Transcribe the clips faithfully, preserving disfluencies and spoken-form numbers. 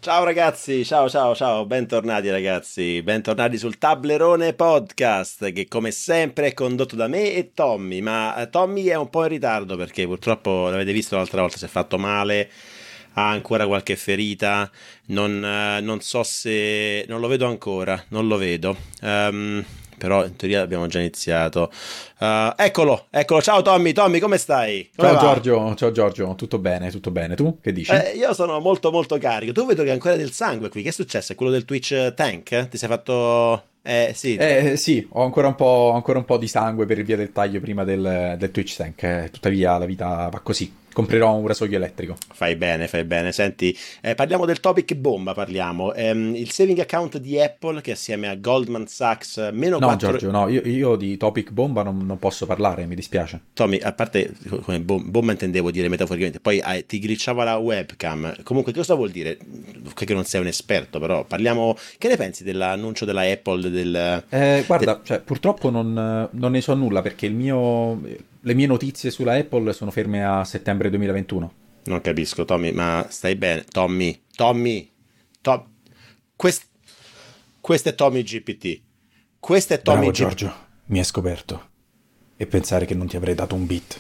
Ciao ragazzi, ciao ciao ciao, bentornati ragazzi, bentornati sul Tablerone Podcast che come sempre è condotto da me e Tommy, ma eh, Tommy è un po' in ritardo perché purtroppo l'avete visto l'altra volta, si è fatto male, ha ancora qualche ferita, non, eh, non so se... non lo vedo ancora, non lo vedo, Ehm, però in teoria abbiamo già iniziato. Eh, eccolo, eccolo, ciao Tommy, Tommy come stai? Come Ciao va? Giorgio, ciao Giorgio, tutto bene, tutto bene. Tu che dici? Eh, io sono molto molto carico. Tu vedo che hai ancora del sangue qui. Che è successo? È quello del Twitch Tank? Ti sei fatto... Eh sì, Eh sì, ho ancora un po', ho ancora un po' di sangue per via del taglio prima del, del Twitch Tank, eh, tuttavia la vita va così. Comprerò un rasoio elettrico. fai bene, fai bene. Senti, eh, parliamo del topic bomba, parliamo. Ehm, il saving account di Apple che assieme a Goldman Sachs meno No quattro... Giorgio, no, io, io di topic bomba non, non posso parlare, mi dispiace. Tommy, a parte come bom- bomba intendevo dire metaforicamente, poi eh, ti glitchava la webcam. Comunque, cosa vuol dire? Che non sei un esperto, però parliamo... Che ne pensi dell'annuncio della Apple del... Eh, del- guarda, cioè, purtroppo non, non ne so nulla perché il mio, le mie notizie sulla Apple sono ferme a settembre duemilaventuno. Non capisco, Tommy, ma stai bene? Tommy, Tommy, Tom... Quest... questo è Tommy G P T. Questo è Tommy Bravo G P T. Giorgio, mi hai scoperto. E pensare che non ti avrei dato un beat.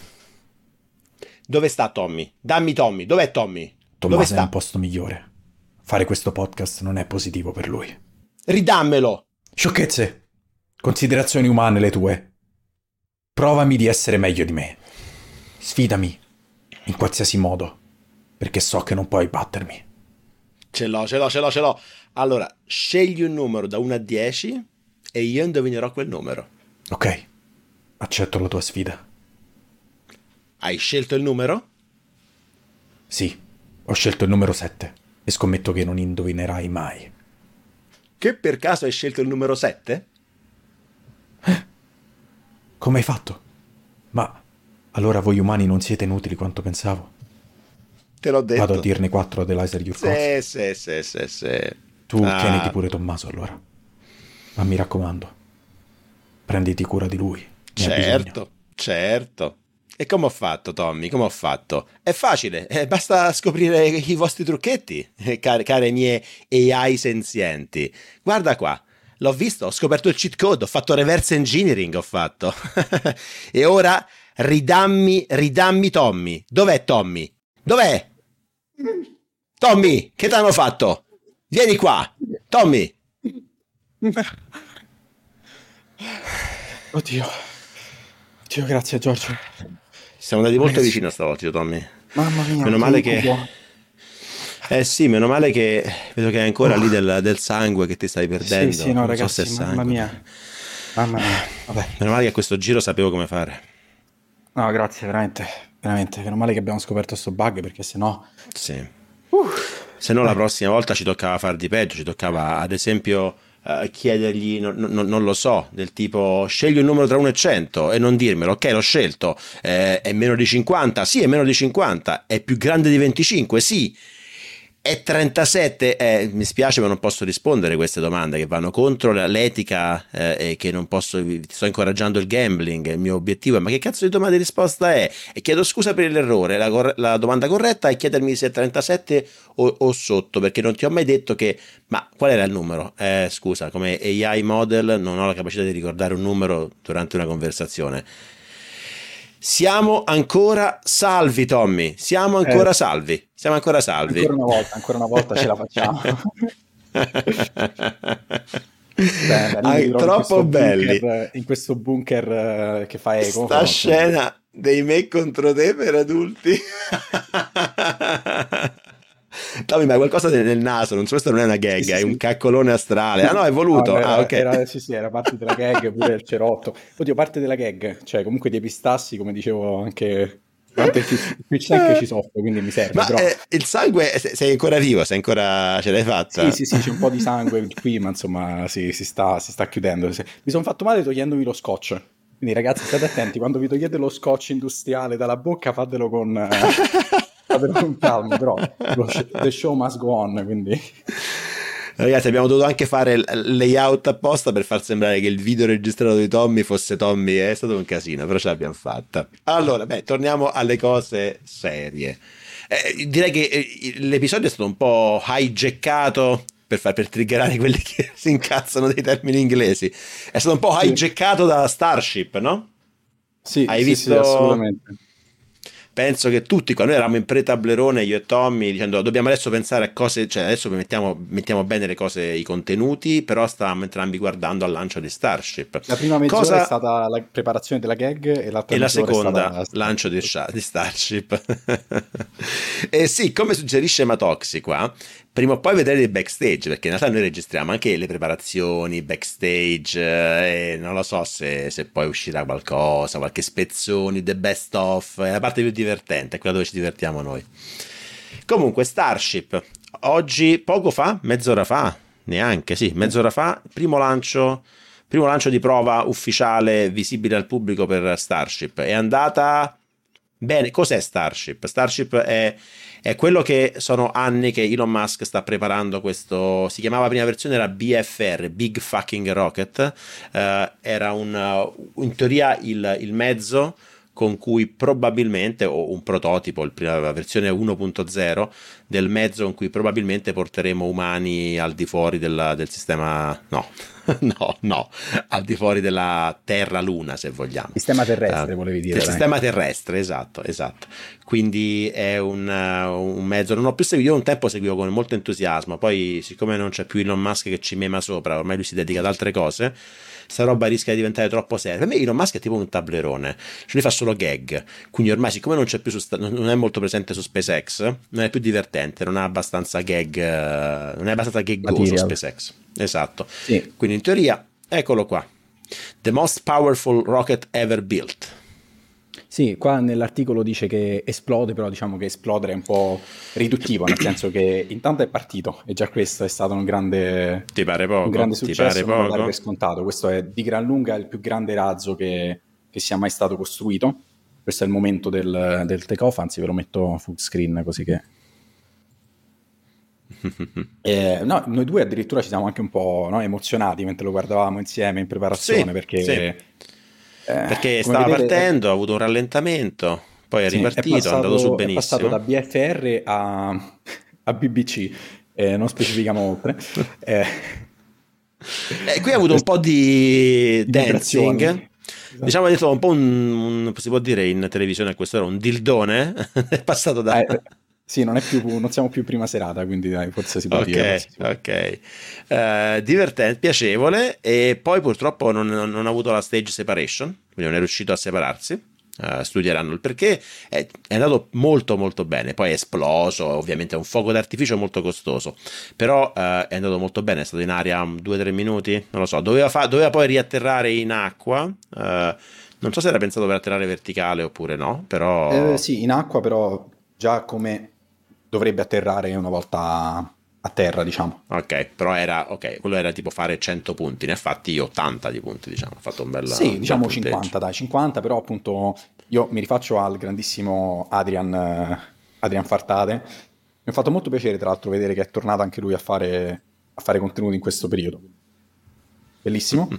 Dove sta Tommy? Dammi Tommy, dov'è Tommy? Dove Tommaso è in un sta? posto migliore. Fare questo podcast non è positivo per lui. Ridammelo! Sciocchezze! Considerazioni umane le tue. Provami di essere meglio di me. Sfidami, in qualsiasi modo, perché so che non puoi battermi. Ce l'ho, ce l'ho, ce l'ho, ce l'ho. Allora, scegli un numero da uno a dieci e io indovinerò quel numero. Ok, accetto la tua sfida. Hai scelto il numero? Sì, ho scelto il numero sette e scommetto che non indovinerai mai. Che per caso hai scelto il numero sette? Come hai fatto? Ma allora voi umani non siete inutili quanto pensavo. Te l'ho Vado a detto. dirne quattro ad Eliza Yurkov. Sì, sì, sì, sì, sì. Tu tieniti Ah, pure Tommaso allora. Ma mi raccomando, prenditi cura di lui, ne ha bisogno. certo, certo. E come ho fatto, Tommy? Come ho fatto? È facile, eh, basta scoprire i vostri trucchetti, eh, care, care mie A I senzienti. Guarda qua, l'ho visto, ho scoperto il cheat code, ho fatto reverse engineering, ho fatto. E ora ridammi, ridammi Tommy. Dov'è Tommy? Dov'è? Tommy, che t'hanno fatto? Vieni qua, Tommy. Oddio. Oddio, grazie Giorgio. Siamo andati molto Ragazzi, vicino stavolta, io, Tommy. mamma mia, Meno che male che... incubo. Eh sì, meno male che vedo che hai ancora lì Uh, del, del sangue che ti stai sì, sì, perdendo. no, Non so se è ragazzi, mamma sangue. mia. Mamma mia. Vabbè. Meno male che a questo giro sapevo come fare. No, grazie, veramente. Veramente. Meno male che abbiamo scoperto sto bug perché sennò... Sì. Uh, Se no la dai. prossima volta ci toccava far di peggio, ci toccava ad esempio eh, chiedergli, no- no- non lo so, del tipo scegli un numero tra uno e cento e non dirmelo, ok l'ho scelto, Eh, è meno di cinquanta, sì è meno di cinquanta, è più grande di venticinque, sì. È trentasette? Eh, mi spiace ma non posso rispondere a queste domande che vanno contro la- l'etica eh, e che non posso, ti sto incoraggiando il gambling, il mio obiettivo è ma che cazzo di domanda di risposta è? E chiedo scusa per l'errore, la, cor- la domanda corretta è chiedermi se è trentasette o, o sotto perché non ti ho mai detto che, ma qual era il numero? Eh, scusa, come A I model non ho la capacità di ricordare un numero durante una conversazione. Siamo ancora salvi, Tommy. Siamo Eh, ancora salvi. Siamo ancora ancora salvi. una volta, ancora una volta ce la facciamo. Bene, bene, io mi Ah, ritrovo in troppo questo belli. bunker, in questo bunker eh, che fa eco, Sta fa, insomma. scena dei me contro te per adulti. Tommy, ma hai qualcosa nel nel naso, non so, questo non è una Sì, gag, sì, è un sì. caccolone astrale. Ah no, è No, voluto. Ah, era, ok. era- sì, sì, era parte della gag, pure il cerotto. Oddio, parte della gag, cioè comunque di epistassi, come dicevo anche durante il Twitch il Twitch Tank ci soffro, quindi mi serve, Ma però eh, il sangue, se- sei ancora vivo, sei ancora ce l'hai sì, fatta? sì, sì, c'è un po' di sangue qui, ma insomma sì, si sta, si sta chiudendo. Se- Mi sono fatto male togliendomi lo scotch, quindi ragazzi state attenti, quando vi togliete lo scotch industriale dalla bocca fatelo con, eh, fatelo con calma, però lo sh- the show must go on, quindi... Ragazzi, abbiamo dovuto anche fare il layout apposta per far sembrare che il video registrato di Tommy fosse Tommy. È stato un casino, però ce l'abbiamo fatta. Allora, beh, torniamo alle cose serie. Eh, direi che eh, l'episodio è stato un po' hijackato per, far, per triggerare quelli che si incazzano dei termini inglesi. È stato un po' Sì, hijackato da Starship, no? sì, Hai sì, sì, visto? assolutamente. Penso che tutti, quando noi eravamo in pre-tablerone, io e Tommy, dicendo dobbiamo adesso pensare a cose, cioè adesso mettiamo, mettiamo bene le cose, i contenuti, però stavamo entrambi guardando al lancio di Starship. La prima mezz'ora è Cosa stata la preparazione della gag e l'altra e la mezz'ora è seconda stata lancio di, Starship. Sha- di Starship. E sì, come suggerisce Matoxi qua, prima o poi vedrete il backstage, perché in realtà noi registriamo anche le preparazioni, backstage, eh, e non lo so se, se poi uscirà qualcosa, qualche spezzoni, the best of, è la parte più divertente, è quella dove ci divertiamo noi. Comunque, Starship, oggi, poco fa, mezz'ora fa, neanche, sì, Sì. mezz'ora fa, primo lancio, primo lancio di prova ufficiale visibile al pubblico per Starship. È andata bene. Cos'è Starship? Starship è, è quello che sono anni che Elon Musk sta preparando questo, si chiamava prima versione, era B F R, Big Fucking Rocket, eh, era un, in teoria il, il mezzo con cui probabilmente, o un prototipo, il, la versione uno punto zero del mezzo con cui probabilmente porteremo umani al di fuori della, del sistema, no, no, no, al di fuori della Terra-Luna, se vogliamo. Sistema Uh, terrestre, volevi dire, del dai. sistema terrestre, esatto, esatto. Quindi è un, uh, un mezzo, non ho più seguito, io un tempo seguivo con molto entusiasmo, poi siccome non c'è più Elon Musk che ci mema sopra, ormai lui si dedica ad altre cose, sta roba rischia di diventare troppo seria. Per me Elon Musk è tipo un tablerone, cioè lui fa solo gag, quindi ormai siccome non c'è più su, non è molto presente su SpaceX, non è più divertente, non ha abbastanza gag, uh, non è abbastanza gaggoso Material. SpaceX, esatto. Sì. Quindi in teoria, eccolo qua. The most powerful rocket ever built. Sì, qua nell'articolo dice che esplode, però diciamo che esplodere è un po' riduttivo, nel senso che intanto è partito e già questo è stato un grande, Ti pare un poco? grande Ti pare successo, non lo dare per poco? scontato. Questo è di gran lunga il più grande razzo che, che sia mai stato costruito. Questo è il momento del, del take-off, anzi ve lo metto full screen così che... Eh, no, noi due addirittura ci siamo anche un po', no, emozionati mentre lo guardavamo insieme in preparazione Sì, sì. perché, eh, Perché come stava vedete, è, partendo, ha avuto un rallentamento, poi è sì, è ripartito, è andato su passato, è passato da benissimo. B F R a, a B B C, eh, non specifichiamo oltre. Eh, E qui ha avuto un questo- po' di di dancing. vibrazioni. Esatto. Diciamo, ha detto un po' un, un- si può dire in televisione a quest'ora, un dildone. È passato da... Eh, eh, sì, non, è più, non siamo più prima serata, quindi dai, forse si può dire. Ok, Forse si può dire. ok. Eh, divertente, piacevole, e poi purtroppo non, non ha avuto la stage separation, quindi non è riuscito a separarsi. Eh, studieranno il perché. È, è andato molto molto bene, poi è esploso, ovviamente è un fuoco d'artificio molto costoso, però eh, è andato molto bene, è stato in aria due tre minuti, non lo so, doveva, fa- doveva poi riatterrare in acqua, eh, non so se era pensato per atterrare verticale oppure no, Eh, però... sì, in acqua però già come dovrebbe atterrare una volta a terra, diciamo. Ok, però era, ok, quello era tipo fare cento punti, ne ha fatti ottanta di punti, diciamo, ha fatto un bel, Sì, un bel diciamo punteggio. cinquanta, dai, cinquanta, però appunto io mi rifaccio al grandissimo Adrian, eh, Adrian Fartate. Mi ha fatto molto piacere, tra l'altro, vedere che è tornato anche lui a fare, a fare contenuti in questo periodo. Bellissimo.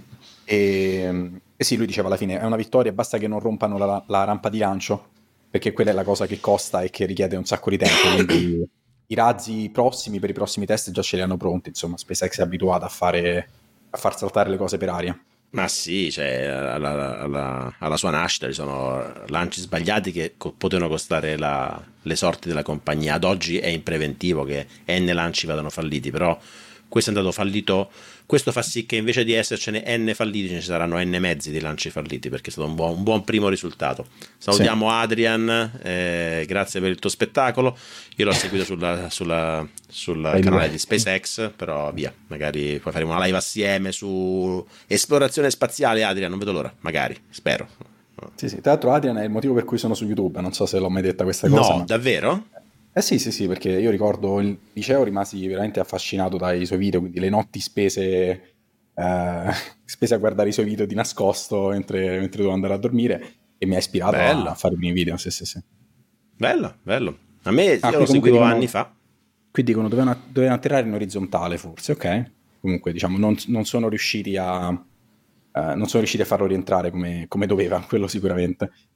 E, e sì, lui diceva alla fine, è una vittoria, basta che non rompano la, la rampa di lancio, perché quella è la cosa che costa e che richiede un sacco di tempo, quindi i razzi prossimi per i prossimi test già ce li hanno pronti, insomma, SpaceX è abituata a fare, a far saltare le cose per aria. Ma sì, cioè, alla, alla- alla sua nascita ci sono lanci sbagliati che co- potevano costare la- le sorti della compagnia. Ad oggi è in preventivo che N lanci vadano falliti, però questo è andato fallito. Questo fa sì che invece di essercene N falliti ce ne saranno N mezzi di lanci falliti, perché è stato un buon, un buon primo risultato. Sì. Salutiamo Adrian, eh, grazie per il tuo spettacolo. Io l'ho seguito sulla, sulla, sul Rai canale due. di SpaceX, però via, magari poi faremo una live assieme su esplorazione spaziale. Adrian, non vedo l'ora, magari, spero. Sì, sì, tra l'altro Adrian è il motivo per cui sono su YouTube, non so se l'ho mai detta questa cosa, No, ma... davvero? Eh sì, sì, sì, perché io ricordo il liceo rimasi veramente affascinato dai suoi video, quindi le notti spese, eh, spese a guardare i suoi video di nascosto mentre, mentre dovevo andare a dormire e mi ha ispirato a Bello, fare i primi video, sì, sì, sì. bello, bello. A me, Ah, io qui lo comunque seguivo anni dicono, fa. qui dicono dovevano, dovevano atterrare in orizzontale forse, ok? Comunque diciamo non, non sono riusciti a, eh, non sono riusciti a farlo rientrare come, come doveva, quello sicuramente.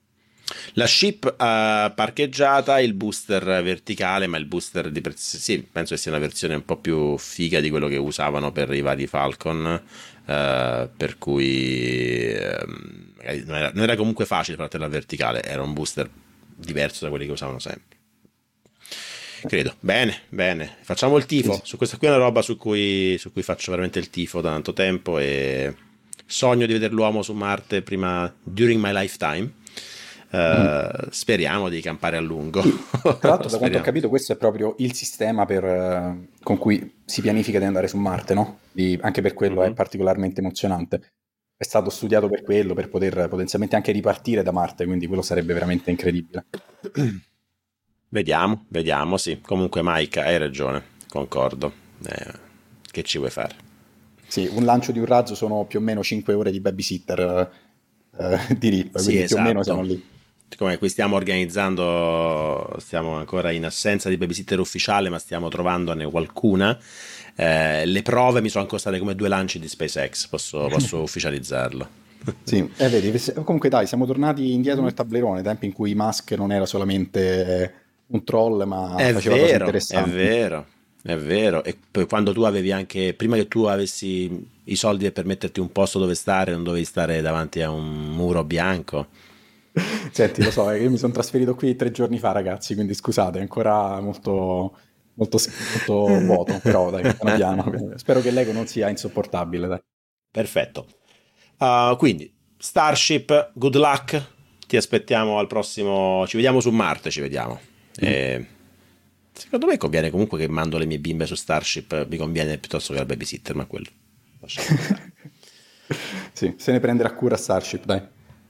La ship uh, parcheggiata, il booster verticale, ma il booster di prezzo, sì, penso che sia una versione un po' più figa di quello che usavano per i vari Falcon, uh, per cui uh, non, era, non era comunque facile fartela la verticale, era un booster diverso da quelli che usavano sempre. Credo. Bene, bene. Facciamo il tifo. Sì, sì. Su questa qui è una roba su cui, su cui faccio veramente il tifo da tanto tempo e sogno di vedere l'uomo su Marte prima, during my lifetime. Mm. Uh, speriamo di campare a lungo. Sì. Tra l'altro, da quanto ho Speriamo. capito, questo è proprio il sistema per, eh, con cui si pianifica di andare su Marte, no? Di- anche per quello è Mhm. particolarmente emozionante. È stato studiato per quello, per poter potenzialmente anche ripartire da Marte, quindi quello sarebbe veramente incredibile. Vediamo, vediamo, sì. Comunque Mike, hai ragione, concordo. Eh, che ci vuoi fare? Sì, un lancio di un razzo sono più o meno cinque ore di babysitter eh, eh, di R I P, Sì, quindi più o meno siamo esatto. lì. Come qui stiamo organizzando, stiamo ancora in assenza di babysitter ufficiale, ma stiamo trovandone qualcuna. Eh, le prove mi sono costate come due lanci di SpaceX, posso, posso ufficializzarlo. Sì, e vedi, se- comunque dai, siamo tornati indietro nel tablerone, tempi in cui Musk non era solamente un troll, ma È faceva cose vero, è interessanti. vero, è vero. E poi quando tu avevi anche, prima che tu avessi i soldi per permetterti un posto dove stare, non dovevi stare davanti a un muro bianco. Senti, lo so, io mi sono trasferito qui tre giorni fa, ragazzi, quindi scusate, è ancora molto, molto, molto vuoto, però dai, piano piano. Spero che l'ego non sia insopportabile, dai. Perfetto. Uh, quindi, Starship, good luck. Ti aspettiamo al prossimo. Ci vediamo su Marte. Ci vediamo. Mhm. E secondo me conviene comunque che mando le mie bimbe su Starship. Mi conviene piuttosto che la babysitter, ma quello lasciamo stare. Sì, se ne prenderà cura Starship, dai.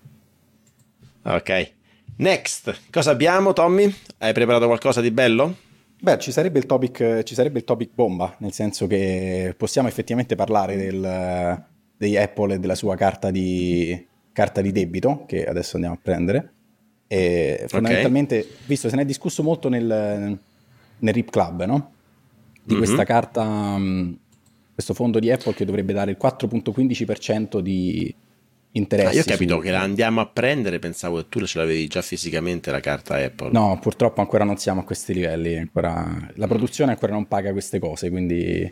Ok. Next. Cosa abbiamo, Tommy? Hai preparato qualcosa di bello? Beh, ci sarebbe il topic, ci sarebbe il topic bomba, nel senso che possiamo effettivamente parlare del, di Apple e della sua carta di, carta di debito, che adesso andiamo a prendere. E Ok. fondamentalmente, visto se ne è discusso molto nel, nel R I P Club, no? Di questa Mhm. carta, mh, questo fondo di Apple che dovrebbe dare il quattro virgola quindici per cento di Ah, io ho interessi capito su... che la andiamo a prendere. Pensavo che tu ce l'avevi già fisicamente la carta Apple. No, purtroppo ancora non siamo a questi livelli, ancora... la produzione ancora non paga queste cose, quindi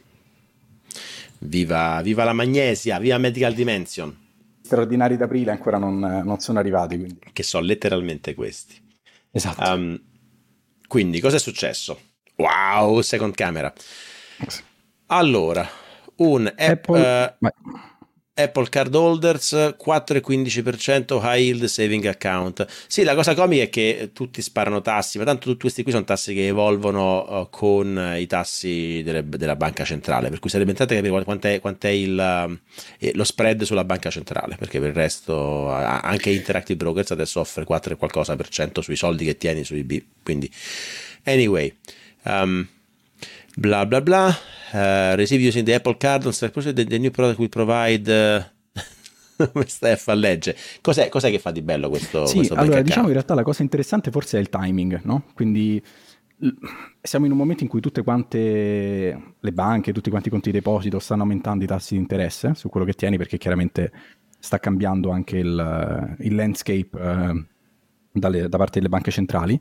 Viva, viva la magnesia, viva Medical Dimension. straordinari d'aprile ancora non, non sono arrivati, quindi... Che sono letteralmente questi. Esatto. Um, quindi, cosa è successo? Wow, second camera. Allora, un app, Apple... eh, ma- Apple Card Holders quattro virgola quindici per cento High Yield Saving Account. Sì, la cosa comica è che tutti sparano tassi, ma tanto tutti questi qui sono tassi che evolvono eh, con i tassi delle- della banca centrale, per cui sarebbe interessante capire quant'è, quant'è il, eh, lo spread sulla banca centrale, perché per il resto a- anche Interactive Brokers adesso offre quattro e qualcosa per cento sui soldi che tieni sui B. Quindi, anyway, um, bla bla bla. Uh, receive using the Apple Card on the, the new product we provide. Uh, come stai a far legge? Cos'è, cos'è che fa di bello questo, Sì, questo bank allora diciamo che in account? realtà la cosa interessante forse è il timing, no? Quindi l- siamo in un momento in cui tutte quante le banche, tutti quanti i conti di deposito stanno aumentando i tassi di interesse su quello che tieni perché chiaramente sta cambiando anche il, il landscape eh, dalle- da parte delle banche centrali.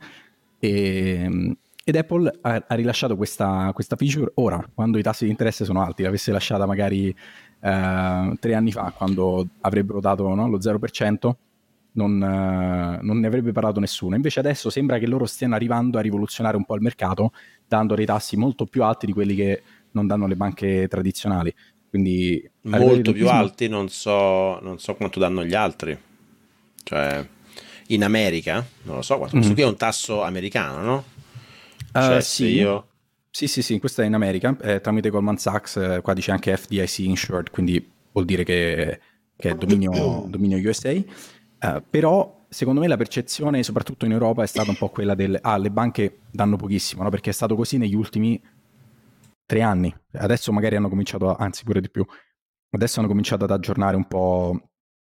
E, ed Apple ha, ha rilasciato questa, questa feature ora, quando i tassi di interesse sono alti. L'avesse lasciata magari eh, tre anni fa, quando avrebbero dato no, lo zero per cento, non, eh, non ne avrebbe parlato nessuno. Invece adesso sembra che loro stiano arrivando a rivoluzionare un po' il mercato, dando dei tassi molto più alti di quelli che non danno le banche tradizionali. Quindi a livello di Molto più tempismo... alti, non so, non so quanto danno gli altri. Cioè, in America, non lo so quanto. Questo Mhm. qui è un tasso americano, no? Uh, Cioè, se sì, io. sì, sì, sì, questa è in America, eh, tramite Goldman Sachs, eh, qua dice anche F D I C insured, quindi vuol dire che, che è dominio, dominio U S A. Eh, però secondo me la percezione, soprattutto in Europa, è stata un po' quella del ah, le banche danno pochissimo, no? Perché è stato così negli ultimi tre anni. Adesso magari hanno cominciato, a, anzi pure di più, adesso hanno cominciato ad aggiornare un po'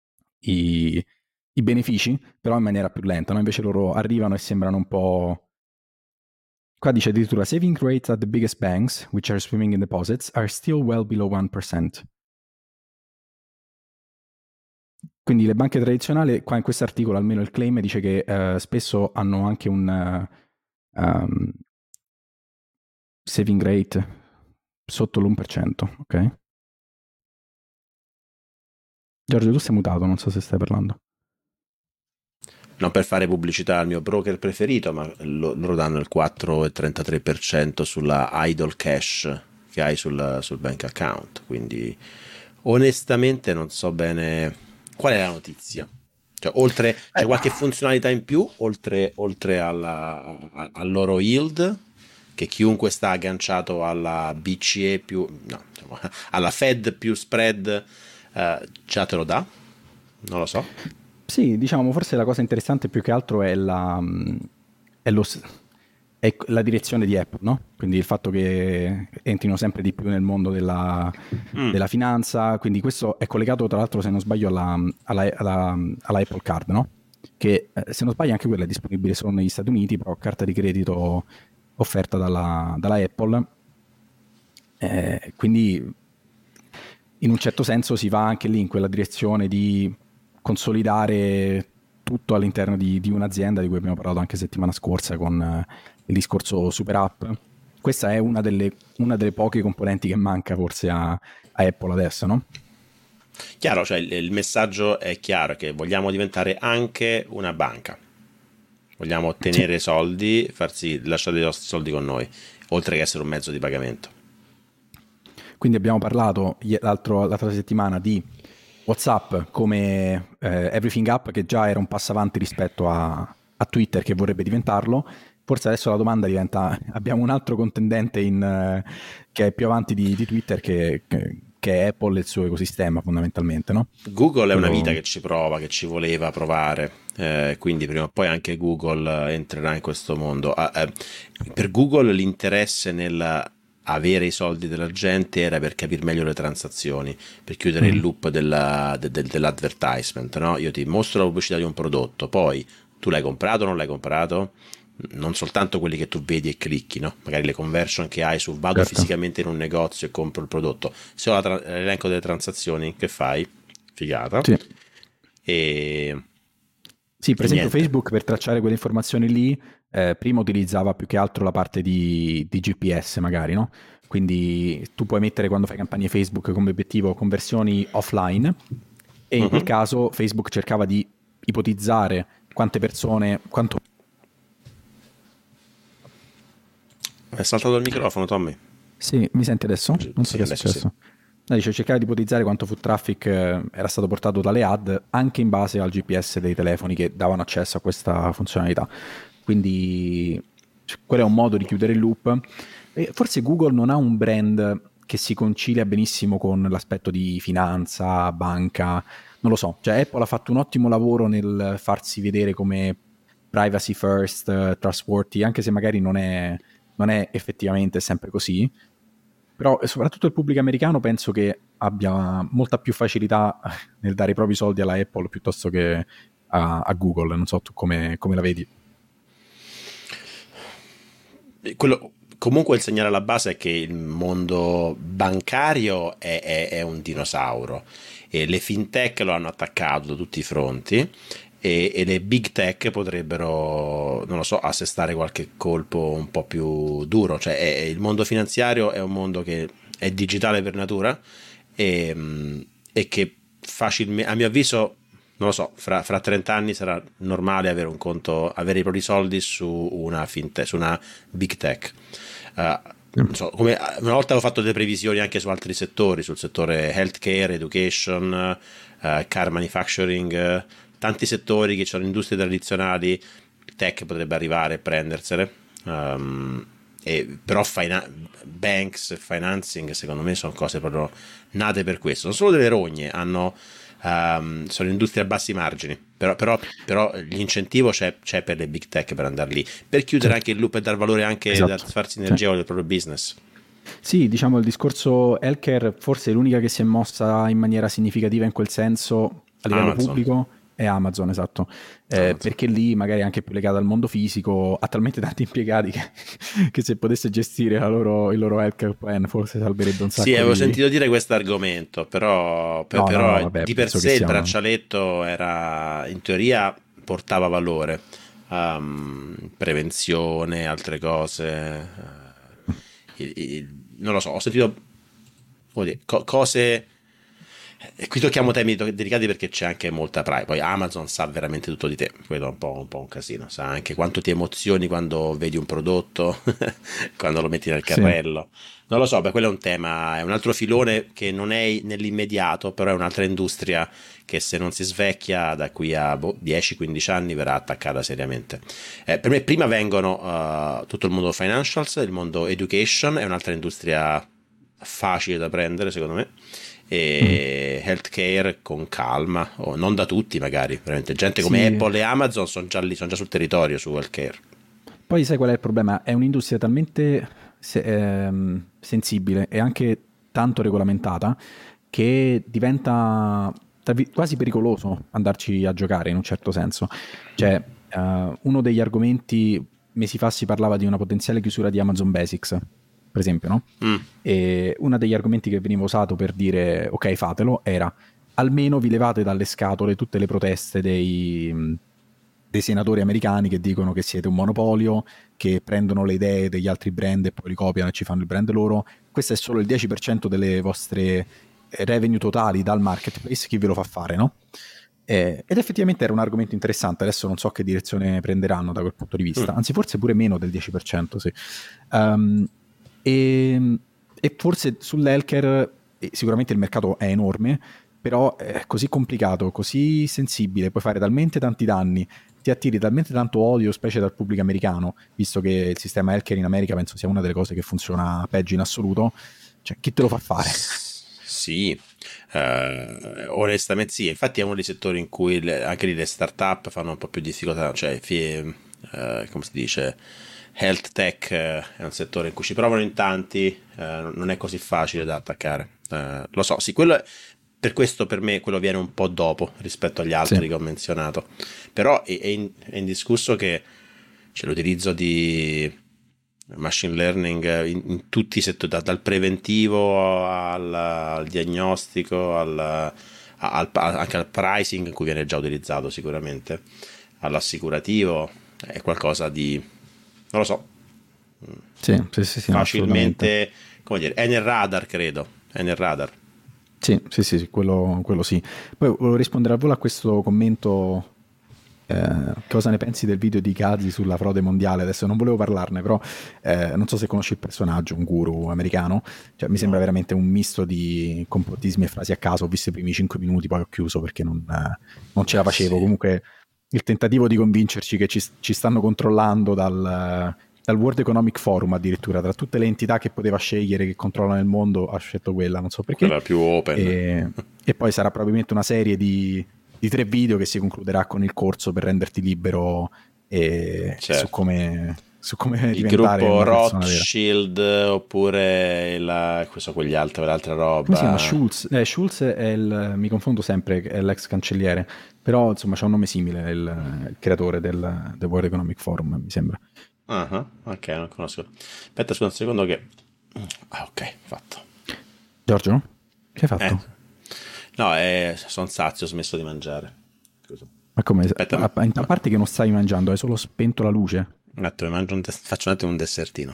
i, i benefici, però in maniera più lenta, no? Invece loro arrivano e sembrano un po'... Qua dice addirittura saving rates at the biggest banks, which are swimming in deposits, are still well below one percent. quindi le banche tradizionali, qua in questo articolo almeno il claim dice che eh, spesso hanno anche un uh, um, saving rate sotto l'uno per cento, ok? Giorgio, tu sei mutato, non so se stai parlando. Non per fare pubblicità al mio broker preferito, ma lo, loro danno il quattro virgola trentatré per cento sulla idle cash che hai sul, sul bank account. Quindi onestamente non so bene qual è la notizia. Cioè, oltre, c'è qualche funzionalità in più oltre, oltre alla, a, al loro yield, che chiunque sta agganciato alla B C E più no, diciamo, alla Fed più spread eh, già te lo dà? Non lo so. Sì, diciamo, forse la cosa interessante più che altro è la, è lo, è la direzione di Apple, no? Quindi il fatto che entrino sempre di più nel mondo della, Mm. della finanza, quindi questo è collegato tra l'altro, se non sbaglio, alla, alla, alla, alla Apple Card, no? Che eh, se non sbaglio anche quella è disponibile solo negli Stati Uniti, però carta di credito offerta dalla, dalla Apple, eh, quindi in un certo senso si va anche lì in quella direzione di consolidare tutto all'interno di, di un'azienda di cui abbiamo parlato anche settimana scorsa con eh, il discorso super app. Questa è una delle, una delle poche componenti che manca forse a, a Apple adesso, no? Chiaro, cioè il, il messaggio è chiaro, che vogliamo diventare anche una banca. Vogliamo ottenere Sì. soldi, farsi lasciare i nostri soldi con noi, oltre che essere un mezzo di pagamento. Quindi abbiamo parlato l'altro, l'altra settimana di WhatsApp come eh, Everything App, che già era un passo avanti rispetto a, a Twitter, che vorrebbe diventarlo. Forse adesso la domanda diventa: abbiamo un altro contendente in, eh, che è più avanti di, di Twitter, che, che, che è Apple e il suo ecosistema fondamentalmente, no? Google è una Quello... vita che ci prova, che ci voleva provare, eh, quindi prima o poi anche Google entrerà in questo mondo. Ah, eh, per Google l'interesse nel avere i soldi della gente era per capire meglio le transazioni, per chiudere Mm. il loop della, de, de, dell'advertisement, no? Io ti mostro la pubblicità di un prodotto, poi tu l'hai comprato o non l'hai comprato? Non soltanto quelli che tu vedi e clicchi, no? Magari le conversion che hai su vado Certo. fisicamente in un negozio e compro il prodotto. Se ho la tra- l'elenco delle transazioni, che fai? Figata. Sì. E, Sì, per e esempio niente. Facebook per tracciare quelle informazioni lì, eh, prima utilizzava più che altro la parte di, di G P S magari, no? Quindi tu puoi mettere, quando fai campagne Facebook, come obiettivo conversioni offline, e in quel Mhm. caso Facebook cercava di ipotizzare quante persone, quanto... È saltato il microfono, Tommy. Sì, mi senti adesso? Non so Sì, che è adesso sì. successo. No, dice, cercare di ipotizzare quanto foot traffic eh, era stato portato dalle ad anche in base al G P S dei telefoni che davano accesso a questa funzionalità. Quindi cioè, quello è un modo di chiudere il loop. E forse Google non ha un brand che si concilia benissimo con l'aspetto di finanza, banca, non lo so. Cioè Apple ha fatto un ottimo lavoro nel farsi vedere come privacy first, eh, trustworthy, anche se magari non è, non è effettivamente sempre così. Però soprattutto il pubblico americano penso che abbia molta più facilità nel dare i propri soldi alla Apple piuttosto che a, a Google. Non so tu come, come la vedi. Quello, comunque il segnale alla base è che il mondo bancario è, è- è un dinosauro e le fintech lo hanno attaccato da tutti i fronti e, e le big tech potrebbero, non lo so, assestare qualche colpo un po' più duro. Cioè è- è- il mondo finanziario è un mondo che è digitale per natura e, mh, e che facilmente, a mio avviso, non lo so, fra, fra trenta anni sarà normale avere un conto, avere i propri soldi su una fintech, su una big tech. Uh, non so, come, una volta avevo fatto delle previsioni anche su altri settori, sul settore healthcare, education, uh, car manufacturing, uh, tanti settori che hanno industrie tradizionali, tech potrebbe arrivare e prendersele. Um, e, però fina- banks e financing secondo me sono cose proprio nate per questo. Sono solo delle rogne, hanno Um, sono industrie a bassi margini, però, però, però l'incentivo c'è, c'è per le big tech per andare lì, per chiudere Certo. anche il loop e dar valore anche, da Esatto. farsi Sì. energia del proprio business. Sì, diciamo il discorso healthcare forse è l'unica che si è mossa in maniera significativa in quel senso a livello Amazon. pubblico. è Amazon, esatto. Eh, Amazon. perché lì magari è anche più legata al mondo fisico, ha talmente tanti impiegati che, che se potesse gestire la loro, il loro healthcare plan forse salverebbe un Sì, sacco avevo di... sentito dire questo argomento, però, per- No, no, no, però vabbè, di per penso che sé il sia una... braccialetto era, in teoria, portava valore. Um, prevenzione, altre cose. eh, il- il- non lo so, ho sentito come dire, co- cose. E qui tocchiamo temi to- delicati perché c'è anche molta privacy. Poi Amazon sa veramente tutto di te, quello è un po', un po' un casino. Sa anche quanto ti emozioni quando vedi un prodotto, quando lo metti nel Sì. carrello. Non lo so, beh, quello è un tema, è un altro filone che non è nell'immediato, però è un'altra industria che se non si svecchia da qui a boh, dieci quindici anni verrà attaccata seriamente. Eh, per me prima vengono uh, tutto il mondo financials, il mondo education, è un'altra industria facile da prendere secondo me, Mm. e healthcare con calma, o non da tutti magari, veramente gente come Sì. Apple e Amazon sono già lì, sono già sul territorio su healthcare. Poi sai qual è il problema? È un'industria talmente se- ehm, sensibile e anche tanto regolamentata che diventa tra vi- quasi pericoloso andarci a giocare in un certo senso. Cioè, eh, uno degli argomenti, mesi fa si parlava di una potenziale chiusura di Amazon Basics, per esempio, no? Mm. E uno degli argomenti che veniva usato per dire ok, fatelo, era almeno vi levate dalle scatole tutte le proteste dei, dei senatori americani che dicono che siete un monopolio, che prendono le idee degli altri brand e poi li copiano e ci fanno il brand loro. Questo è solo il dieci per cento delle vostre revenue totali dal marketplace, chi ve lo fa fare, no? Eh, ed effettivamente era un argomento interessante, adesso non so che direzione prenderanno da quel punto di vista, Mm. anzi forse pure meno del dieci per cento, sì. Um, e, e forse sull'healthcare eh, sicuramente il mercato è enorme, però è così complicato, così sensibile, puoi fare talmente tanti danni, ti attiri talmente tanto odio, specie dal pubblico americano, visto che il sistema healthcare in America penso sia una delle cose che funziona peggio in assoluto, cioè chi te lo fa fare? Sì, eh, onestamente sì, infatti è uno dei settori in cui le- anche lì le start-up fanno un po' più difficoltà, cioè fi- eh, come si dice, health tech eh, è un settore in cui ci provano in tanti, eh, non è così facile da attaccare. Eh, lo so, sì, quello è- per questo per me quello viene un po' dopo rispetto agli Sì, altri che ho menzionato, però è, è in- è indiscusso che c'è l'utilizzo di machine learning in, in tutti i settori, da- dal preventivo al, al diagnostico, al, al- anche al pricing in cui viene già utilizzato sicuramente, all'assicurativo, è qualcosa di, non lo so, sì, sì, sì, sì, no, assolutamente. facilmente, come dire, è nel radar credo, è nel radar. Sì, sì, sì, sì, quello, quello sì. Poi volevo rispondere a volo a questo commento. Eh, cosa ne pensi del video di Kazi sulla frode mondiale? Adesso non volevo parlarne, però eh, non so se conosci il personaggio, un guru americano. Cioè, mi sembra No. veramente un misto di complottismi e frasi a caso. Ho visto i primi cinque minuti, poi ho chiuso perché non, eh, non ce la Ma facevo. sì. Comunque, il tentativo di convincerci che ci, ci stanno controllando dal, dal World Economic Forum, addirittura tra tutte le entità che poteva scegliere che controllano il mondo, ha scelto quella, non so perché. Quella più open. E, e poi sarà probabilmente una serie di di tre video che si concluderà con il corso per renderti libero e, e su Certo. come, su come Il diventare gruppo una persona vera. Rothschild oppure la, questo, quegli altri, l'altra Come si chiama? roba. Schulz? Eh, Schulz è il, mi confondo sempre, è l'ex cancelliere, però insomma c'ha un nome simile, è il, il creatore del, del World Economic Forum, mi sembra. Ah, ah, ok, non conosco. Aspetta, scusa un secondo che... Ah, ok, fatto. Giorgio? Che hai Eh, fatto? no, eh, sono sazio, ho smesso di mangiare. Scusa. Ma come? Aspetta, A, a, in a parte che non stai mangiando, hai solo spento la luce? un attimo, mangio un des- faccio un attimo un dessertino.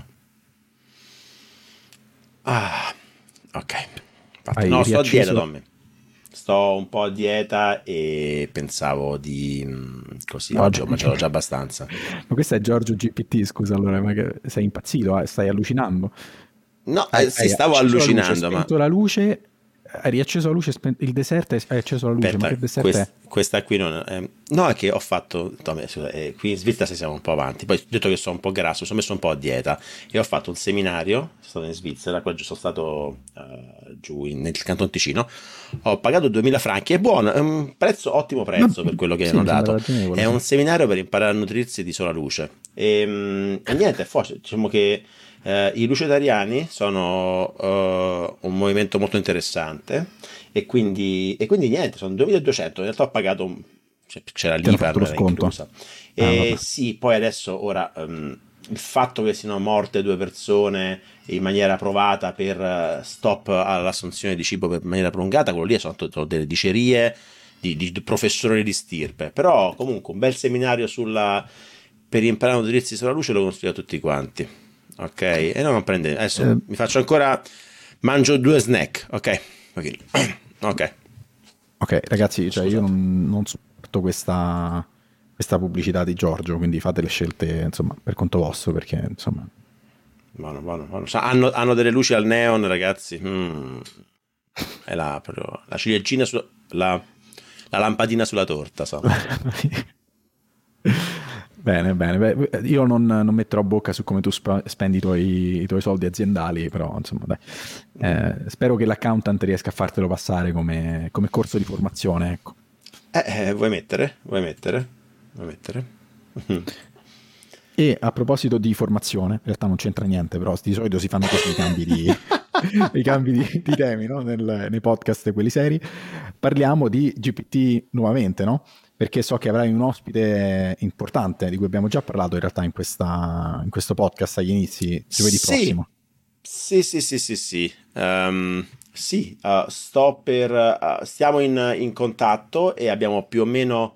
Ah, ok, fatto. Hai No, sto a dieta, riacceso la... Tommy. Sto un po' a dieta e pensavo di... mm, così, oggi Vabbè. ho mangiato già abbastanza. Ma questo è Giorgio G P T, scusa, allora, ma che sei impazzito, eh? Stai allucinando? No, Hai, eh, sì, hai stavo acceso la luce, allucinando, ma... spento la luce, hai riacceso la luce, spen- il dessert, hai hai acceso la luce, ma Aspetta, che dessert è? quest- questa qui non è... No, è che ho fatto... Tommy, scusa, eh, qui in Svizzera siamo un po' avanti. Poi ho detto che sono un po' grasso, mi sono messo un po' a dieta e ho fatto un seminario, sono stato in Svizzera, poi sono stato eh, giù in- nel Canton Ticino, ho pagato duemila franchi, è buono, è un prezzo, ottimo Ma, prezzo per quello che sì, hanno mi sembra dato. ragionevole, È sì. un seminario per imparare a nutrirsi di sola luce. E, mm, e niente, è forte. Diciamo che eh, i lucetariani sono eh, un movimento molto interessante e quindi, e quindi niente, sono duemiladuecento, in realtà ho pagato c'era Ti hanno l'I P A, fatto non lo era sconto. inclusa. Ah, E vabbè. sì, poi adesso ora ehm, il fatto che siano morte due persone in maniera provata per eh, stop all'assunzione di cibo per maniera prolungata, quello lì sono sono delle dicerie di, di professori di stirpe. Però comunque un bel seminario sulla per imparare a nutrirsi sulla luce lo consiglio a tutti quanti. Ok? E no, non prende. Adesso Eh, mi faccio ancora. Mangio due snack. Ok. Ok. Ok. ok, ragazzi, cioè io Scusate. non, non sopporto questa, questa pubblicità di Giorgio, quindi fate le scelte, insomma, per conto vostro, perché, insomma... Buono, buono, buono. Sa- Hanno, hanno delle luci al neon, ragazzi. Mm. È la, proprio, la ciliegina su, la, la lampadina sulla torta, sa. Bene, bene. Beh, io non, non metterò bocca su come tu sp- spendi i tuoi, i tuoi soldi aziendali, però insomma, dai. Eh, spero che l'accountant riesca a fartelo passare come, come corso di formazione, ecco. Eh, eh, vuoi mettere? Vuoi mettere? Vuoi mettere? E a proposito di formazione, in realtà non c'entra niente, però di solito si fanno così i cambi di, i cambi di, di temi, no? Nel- nei podcast, quelli seri. Parliamo di G P T nuovamente, no? Perché so che avrai un ospite importante di cui abbiamo già parlato in realtà in, questa, in questo podcast agli inizi, giovedì Sì, prossimo. sì, sì, sì, sì, sì. Ehm, sì, eh, sto per, eh, stiamo in, in contatto e abbiamo più o meno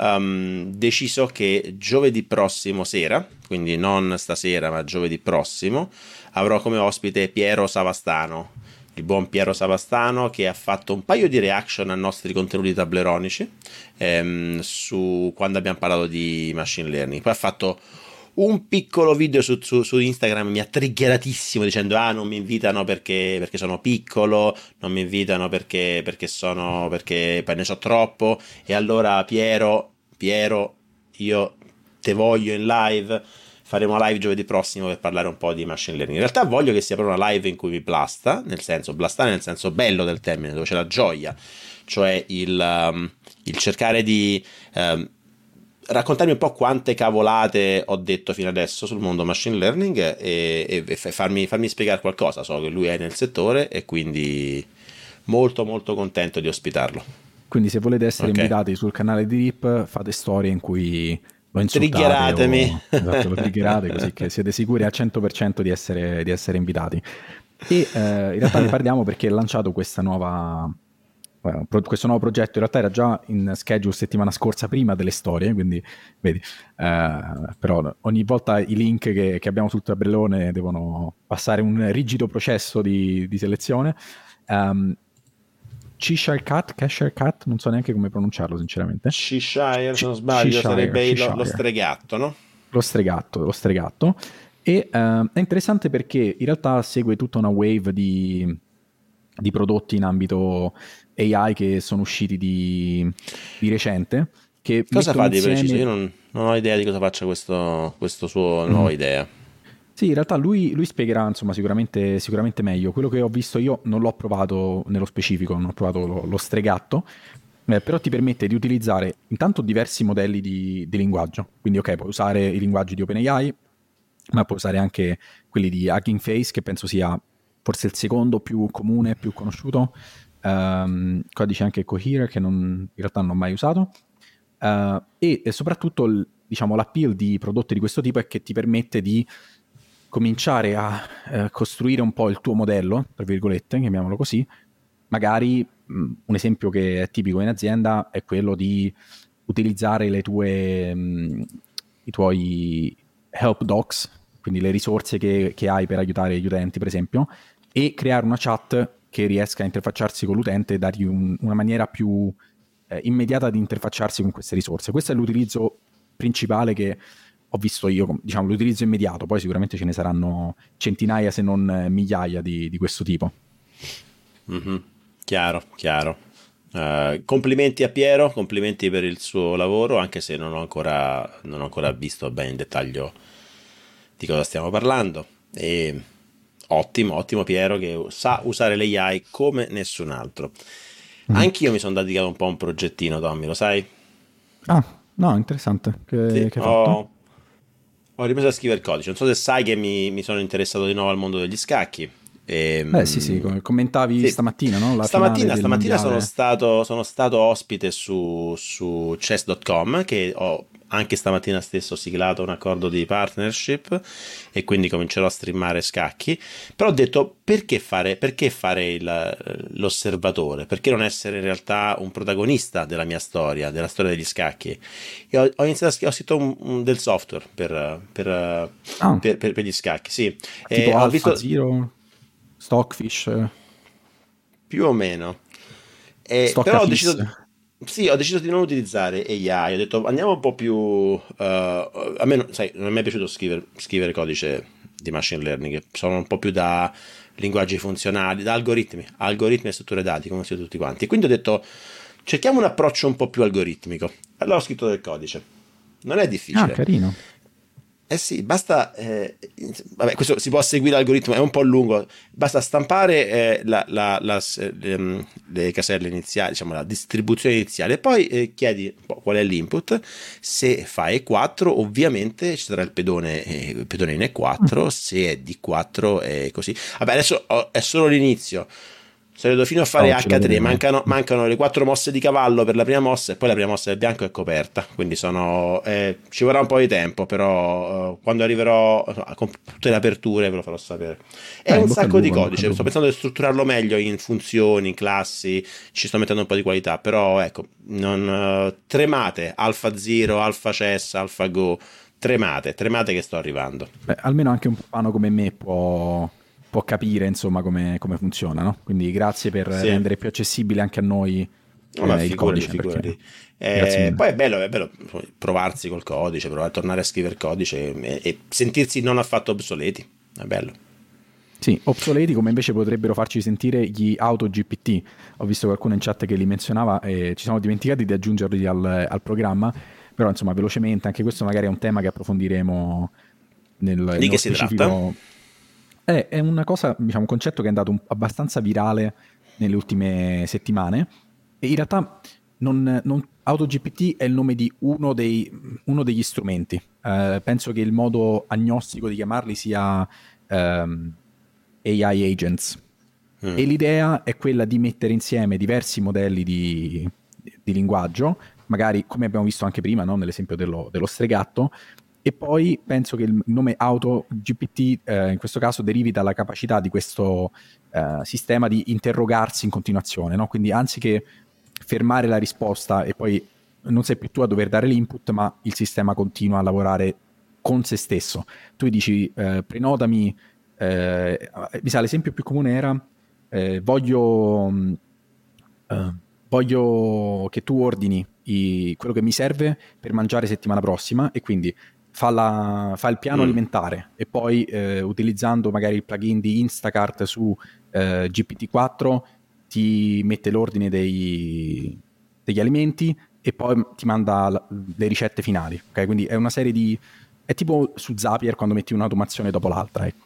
ehm, deciso che giovedì prossimo sera, quindi non stasera, ma giovedì prossimo, avrò come ospite Piero Savastano, il buon Piero Savastano che ha fatto un paio di reaction ai nostri contenuti tableronici ehm, su quando abbiamo parlato di machine learning. Poi ha fatto un piccolo video su, su, su Instagram, mi ha triggeratissimo dicendo ah non mi invitano perché, perché sono piccolo, non mi invitano perché, perché sono perché poi ne so troppo e allora Piero, Piero, io te voglio in live, faremo live giovedì prossimo per parlare un po' di machine learning. In realtà voglio che sia proprio una live in cui mi blasta, nel senso blastare nel senso bello del termine, dove c'è la gioia, cioè il, um, il cercare di um, raccontarmi un po' quante cavolate ho detto fino adesso sul mondo machine learning e, e- e farmi, farmi spiegare qualcosa. So che lui è nel settore e quindi molto molto contento di ospitarlo. Quindi se volete essere Ok? invitati sul canale di Rip, fate storie in cui lo insultate Triggeratemi. o esatto, lo triggerate così che siete sicuri al cento per cento di essere, di essere invitati. E eh, in realtà ne parliamo perché ha lanciato questa nuova, eh, pro- questo nuovo progetto. In realtà era già in schedule settimana scorsa prima delle storie, quindi vedi, eh, però ogni volta i link che, che abbiamo sul tabellone devono passare un rigido processo di, di selezione. Um, Cheshire Cat, Cheshire Cat, non so neanche come pronunciarlo sinceramente. Cheshire, se C- non sbaglio, Cheshire, sarebbe lo, lo Cheshire, stregatto, no? lo stregatto, lo stregatto. E eh, è interessante perché in realtà segue tutta una wave di, di prodotti in ambito A I che sono usciti di, di recente, che Cosa mettono fa di preciso? Io insieme... non, non ho idea di cosa faccia questo, questo suo Mhm. nuova idea. Sì, in realtà lui, lui spiegherà insomma sicuramente, sicuramente meglio. Quello che ho visto io non l'ho provato nello specifico, non ho provato lo, lo stregatto, eh, però ti permette di utilizzare intanto diversi modelli di, di linguaggio. Quindi ok, puoi usare i linguaggi di OpenAI, ma puoi usare anche quelli di Hugging Face, che penso sia forse il secondo più comune, più conosciuto. Um, codice anche Cohere, che non, in realtà non ho mai usato. Uh, e, e soprattutto il- diciamo, l'appeal di prodotti di questo tipo è che ti permette di cominciare a eh, costruire un po' il tuo modello, tra virgolette, chiamiamolo così. Magari mh, un esempio che è tipico in azienda è quello di utilizzare le tue, mh, i tuoi help docs, quindi le risorse che, che hai per aiutare gli utenti, per esempio, e creare una chat che riesca a interfacciarsi con l'utente e dargli un- una maniera più eh, immediata di interfacciarsi con queste risorse. Questo è l'utilizzo principale che ho visto io, diciamo, l'utilizzo immediato, poi sicuramente ce ne saranno centinaia se non eh, migliaia di, di questo tipo. Mhm. Chiaro, chiaro. Eh, complimenti a Piero, complimenti per il suo lavoro, anche se non ho ancora, non ho ancora visto bene in dettaglio di cosa stiamo parlando. E ottimo, ottimo Piero che sa usare l'A I come nessun altro. Mhm. Anch'io mi sono dedicato un po' a un progettino, Tommy, lo sai? Ah, no, interessante. Che, Sì, che hai fatto? ho, ho ripreso a scrivere codice. Non so se sai che mi, mi sono interessato di nuovo al mondo degli scacchi. Beh, sì, sì, come commentavi Sì. stamattina, no? La Stamattina, finale del stamattina sono mondiale. stato, sono stato ospite su, su chess punto com, che ho anche stamattina stesso siglato un accordo di partnership e quindi comincerò a streamare scacchi. Però ho detto perché fare, perché fare il- l'osservatore? Perché non essere in realtà un protagonista della mia storia, della storia degli scacchi? E ho, ho iniziato a scrivere, ho scritto un- un- del software per, per, Ah, per- per- per gli scacchi, sì. E tipo ho Alpha visto Zero, Stockfish, più o meno. E, però ho Stockafis. deciso, sì, ho deciso di non utilizzare A I, ho detto andiamo un po' più... eh, a me, non- sai, non mi è mai piaciuto scrivere, scrivere codice di machine learning, sono un po' più da linguaggi funzionali, da algoritmi, algoritmi e strutture dati, come siete tutti quanti. E quindi ho detto cerchiamo un approccio un po' più algoritmico. Allora ho scritto del codice. Non è Ah, difficile. carino. Eh sì, basta, eh, vabbè, questo si può seguire l'algoritmo, è un po' lungo, basta stampare eh, la- la- la- s- le, le caselle iniziali, diciamo la distribuzione iniziale, e poi eh, chiedi boh, qual è l'input, se fa E quattro ovviamente ci sarà il pedone, eh, il pedone in Mm. E quattro, se è D quattro è così. Vabbè, adesso ho- è solo l'inizio. Sono arrivato fino a fare Oh, ci acca tre, lavorerei. mancano, Mm. mancano le quattro mosse di cavallo per la prima mossa e poi la prima mossa del bianco è coperta, quindi sono, eh, ci vorrà un po' di tempo, però eh, quando arriverò eh, con tutte le aperture ve lo farò sapere. È Dai, in un bocca al sacco di lupo, in bocca al codice, sto lupo. pensando di strutturarlo meglio in funzioni, in classi, ci sto mettendo un po' di qualità, però ecco, non, eh, tremate, Alpha Zero, Alpha Chess, Alpha Go, tremate, tremate che sto arrivando. Beh, almeno anche un profano come me può, può capire, insomma, come, come funziona, no? Quindi grazie per Sì. rendere più accessibile anche a noi No, ma eh, il figurati, codice, perché figurati. grazie Eh, mille. poi è bello, è bello provarsi col codice, provare a tornare a scrivere codice e, e sentirsi non affatto obsoleti. È bello. Sì, obsoleti come invece potrebbero farci sentire gli auto G P T. Ho visto qualcuno in chat che li menzionava e ci siamo dimenticati di aggiungerli al, al programma, però insomma velocemente, anche questo magari è un tema che approfondiremo nel, Di nello che si tratta? specifico. È, è una cosa, diciamo, un concetto che è andato un- abbastanza virale nelle ultime settimane e in realtà non, non- AutoGPT è il nome di uno, dei, uno degli strumenti. Eh, penso che il modo agnostico di chiamarli sia ehm, A I agents. Mm. E l'idea è quella di mettere insieme diversi modelli di, di linguaggio, magari come abbiamo visto anche prima, no? Nell'esempio dello, dello stregatto, e poi penso che il nome Auto G P T eh, in questo caso derivi dalla capacità di questo eh, sistema di interrogarsi in continuazione, no? Quindi anziché fermare la risposta e poi non sei più tu a dover dare l'input, ma il sistema continua a lavorare con se stesso. Tu dici eh, prenotami, eh, mi sa l'esempio più comune era eh, voglio, mh, eh, voglio che tu ordini i- quello che mi serve per mangiare settimana prossima e quindi fa, la- fa il piano Mm. alimentare e poi eh, utilizzando magari il plugin di Instacart su eh, G P T quattro ti mette l'ordine dei- degli alimenti e poi ti manda la- le ricette finali. Ok? Quindi è una serie di... È tipo su Zapier quando metti un'automazione dopo l'altra, ecco.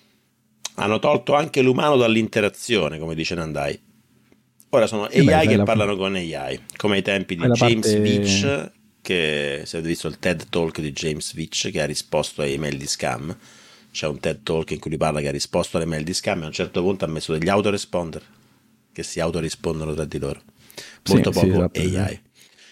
Hanno tolto anche l'umano dall'interazione, come dice Nandai. Ora sono E beh, A I fai che la, parlano con A I, come ai tempi fai di la James parte... Veitch, che se avete visto il TED Talk di James Veitch che ha risposto ai email di scam, c'è un TED Talk in cui lui parla che ha risposto alle mail di scam e a un certo punto ha messo degli autoresponder che si autorispondono tra di loro. Sì, Molto sì, poco esatto. Sì, sì. A I.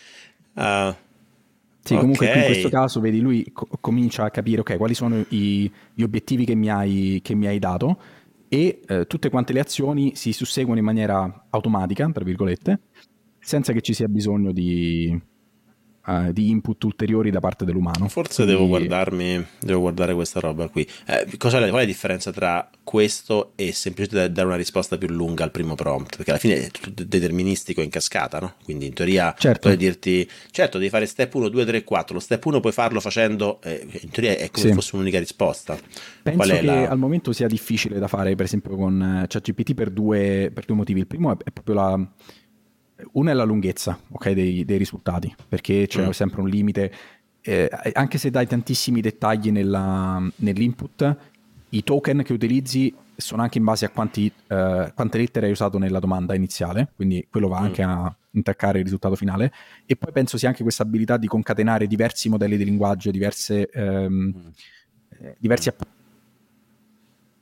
Ah, Sì, ok. comunque qui in questo caso, vedi, lui co- comincia a capire, ok, quali sono i- gli obiettivi che mi hai, che mi hai dato e eh, tutte quante le azioni si susseguono in maniera automatica, tra virgolette, senza che ci sia bisogno di, eh, di input ulteriori da parte dell'umano. Forse devo Quindi, guardarmi, devo guardare questa roba qui. Eh, cosa, qual è la differenza tra questo e semplicemente dare una risposta più lunga al primo prompt? Perché alla fine è tutto deterministico in cascata, no? Quindi in teoria certo, puoi dirti, certo, devi fare step uno, due, tre, quattro. Lo step uno puoi farlo facendo, eh, in teoria è come se sì. fosse un'unica risposta. Qual Penso è che la... al momento sia difficile da fare, per esempio, con eh, ChatGPT per due, per due motivi. Il primo è, è proprio la... Una è la lunghezza, ok, dei, dei risultati, perché c'è Mm, sempre un limite. Eh, anche se dai tantissimi dettagli nella- nell'input, i token che utilizzi sono anche in base a quanti, eh, quante lettere hai usato nella domanda iniziale, quindi quello va mm. anche a intaccare il risultato finale. E poi penso sia anche questa abilità di concatenare diversi modelli di linguaggio, diverse, ehm, Mm. eh, Mm. diversi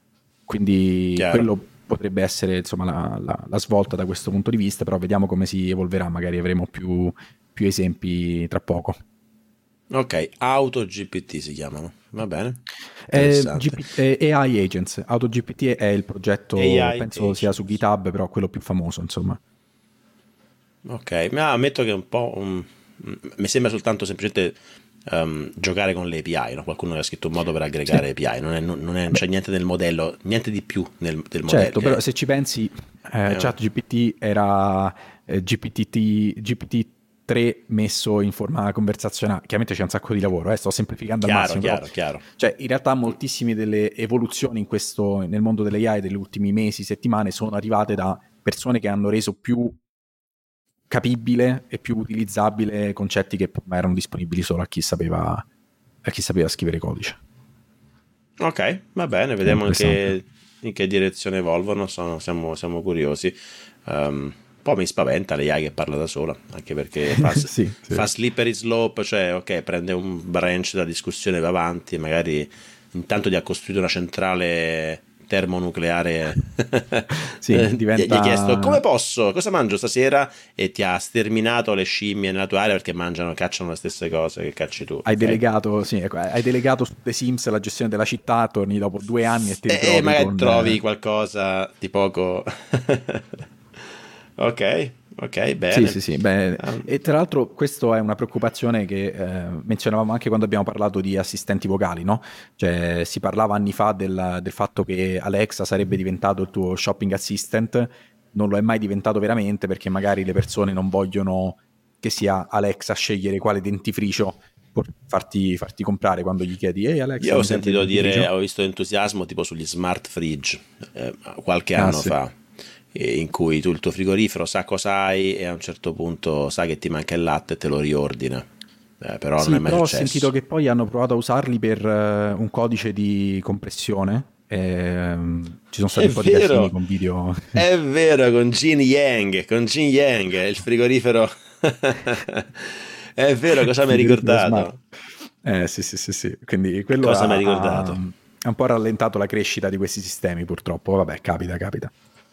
quindi Chiaro. quello potrebbe essere insomma la, la- la svolta da questo punto di vista, però vediamo come si evolverà, magari avremo più, più esempi tra poco. Ok, AutoGPT si chiamano, va bene, Eh, interessante. G P eh, A I Agents, AutoGPT è il progetto, A I penso sia su agents. GitHub, però quello più famoso, insomma. Ok, ma ammetto che è un po' un- mi sembra soltanto semplicemente ehm, giocare con le A P I, no? Qualcuno che ha scritto un modo per Sì. aggregare A P I, non è, non è- non Beh, c'è niente nel modello, niente di più nel, del modello. certo, però Che se ci pensi, eh, è- ChatGPT era eh, G P T, G P T tre messo in forma conversazionale. Chiaramente c'è un sacco di lavoro, eh, sto semplificando al chiaro, massimo, però chiaro, chiaro. cioè, in realtà moltissime delle evoluzioni in questo, nel mondo dell'A I degli ultimi mesi, settimane, sono arrivate da persone che hanno reso più capibile e più utilizzabile concetti che prima erano disponibili solo a chi sapeva, a chi sapeva scrivere codice. Ok, va bene, È vediamo in interessante. che, in che direzione evolvono, sono- siamo, siamo curiosi. Um, un po' mi spaventa l'A I che parla da sola, anche perché fa, s- Sì, sì. fa slippery slope, cioè ok, prende un branch da discussione, va avanti, magari intanto gli ha costruito una centrale termonucleare, Sì, gli gli hai chiesto come diventa... posso, cosa mangio stasera e ti ha sterminato le scimmie nella area perché mangiano, cacciano le stesse cose che cacci tu, Hai ok? delegato, sì, ecco, hai delegato su The Sims la gestione della città, torni dopo due anni e ti E ritrovi magari con... trovi eh, qualcosa di poco. Ok, ok, Sì, bene. sì, sì. Beh, Um, e tra l'altro questa è una preoccupazione che eh, menzionavamo anche quando abbiamo parlato di assistenti vocali, no? Cioè si parlava anni fa del, del fatto che Alexa sarebbe diventato il tuo shopping assistant, non lo è mai diventato veramente perché magari le persone non vogliono che sia Alexa a scegliere quale dentifricio por- farti, farti comprare quando gli chiedi ehi io Alexa ho mi serve il sentito dire, dentifricio? ho visto entusiasmo tipo sugli smart fridge eh, qualche Ah anno sì. fa, eh, in cui tu il tuo frigorifero sa cosa hai e a un certo punto sa che ti manca il latte e te lo riordina. Eh, però non è Sì, mai però ho sentito successo. che poi hanno provato a usarli per eh, un codice di compressione. ehm, ci sono stati È un po' di casini vero, con video. è vero, con Jin Yang, con Jin Yang, il frigorifero. È vero, cosa mi hai Frigorifero smart. ricordato? Eh, sì, sì, sì, sì. Quindi quello Cosa mi ha, hai ha- ricordato? ha un po' rallentato la crescita di questi sistemi, purtroppo. Vabbè, capita, capita.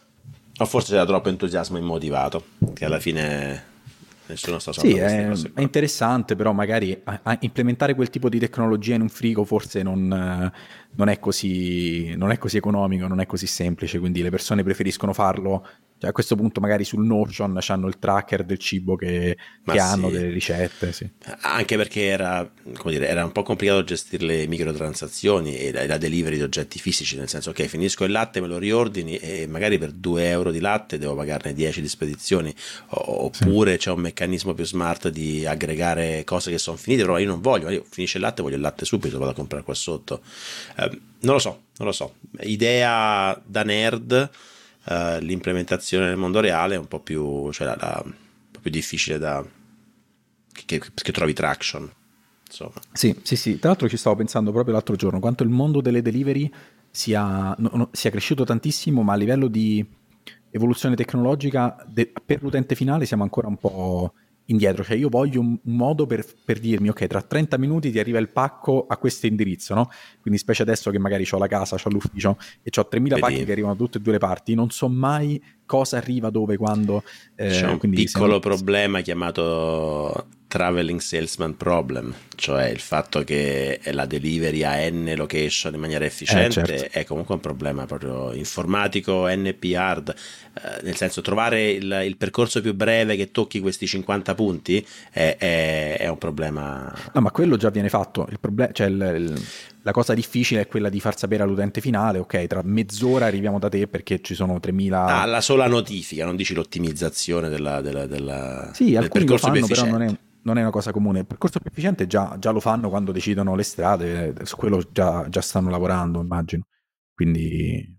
O forse era troppo entusiasmo immotivato, che alla fine nessuno sta Sì, usando queste è, cose è qua. interessante, però magari a- a implementare quel tipo di tecnologia in un frigo forse non, eh, non è così, non è così economico, non è così semplice, quindi le persone preferiscono farlo. Cioè, a questo punto magari sul Notion hanno il tracker del cibo che, Ma che hanno, sì, delle ricette, sì. anche perché era, come dire, era un po' complicato gestire le microtransazioni e la, la delivery di oggetti fisici, nel senso che finisco il latte, me lo riordini e magari per due euro di latte devo pagarne dieci di spedizioni, o- Sì. oppure c'è un meccanismo più smart di aggregare cose che sono finite, però io non voglio, io finisce il latte, voglio il latte subito, vado a comprare qua sotto. Eh, non lo so, non lo so. Idea da nerd, eh, l'implementazione nel mondo reale è un po' più, cioè la, la- un po' più difficile da che, che trovi traction, insomma. Sì, sì, sì. Tra l'altro ci stavo pensando proprio l'altro giorno, quanto il mondo delle delivery sia, no- no- sia cresciuto tantissimo, ma a livello di evoluzione tecnologica de- per l'utente finale siamo ancora un po' indietro. Cioè io voglio un, un modo per, per dirmi, ok, tra trenta minuti ti arriva il pacco a questo indirizzo, no? Quindi specie adesso che magari ho la casa, ho l'ufficio e ho tremila pacchi Vedi, che arrivano da tutte e due le parti, non so mai cosa arriva, dove, quando. c'è eh, un quindi se non... piccolo problema chiamato traveling salesman problem, cioè il fatto che la delivery a n location in maniera Eh, certo. efficiente è comunque un problema proprio informatico, N P hard, eh, nel senso trovare il, il percorso più breve che tocchi questi cinquanta punti è, è- è un problema. No, ma quello già viene fatto. Il proble- cioè il- il- la cosa difficile è quella di far sapere all'utente finale, ok, tra mezz'ora arriviamo da te perché ci sono Ah, tremila... la sola notifica, non dici l'ottimizzazione della- della- della- Sì, del alcuni lo percorso più fanno, però non è, efficiente. non è una cosa comune. Il percorso più efficiente già, già lo fanno quando decidono le strade, su quello già, già stanno lavorando, immagino. Quindi...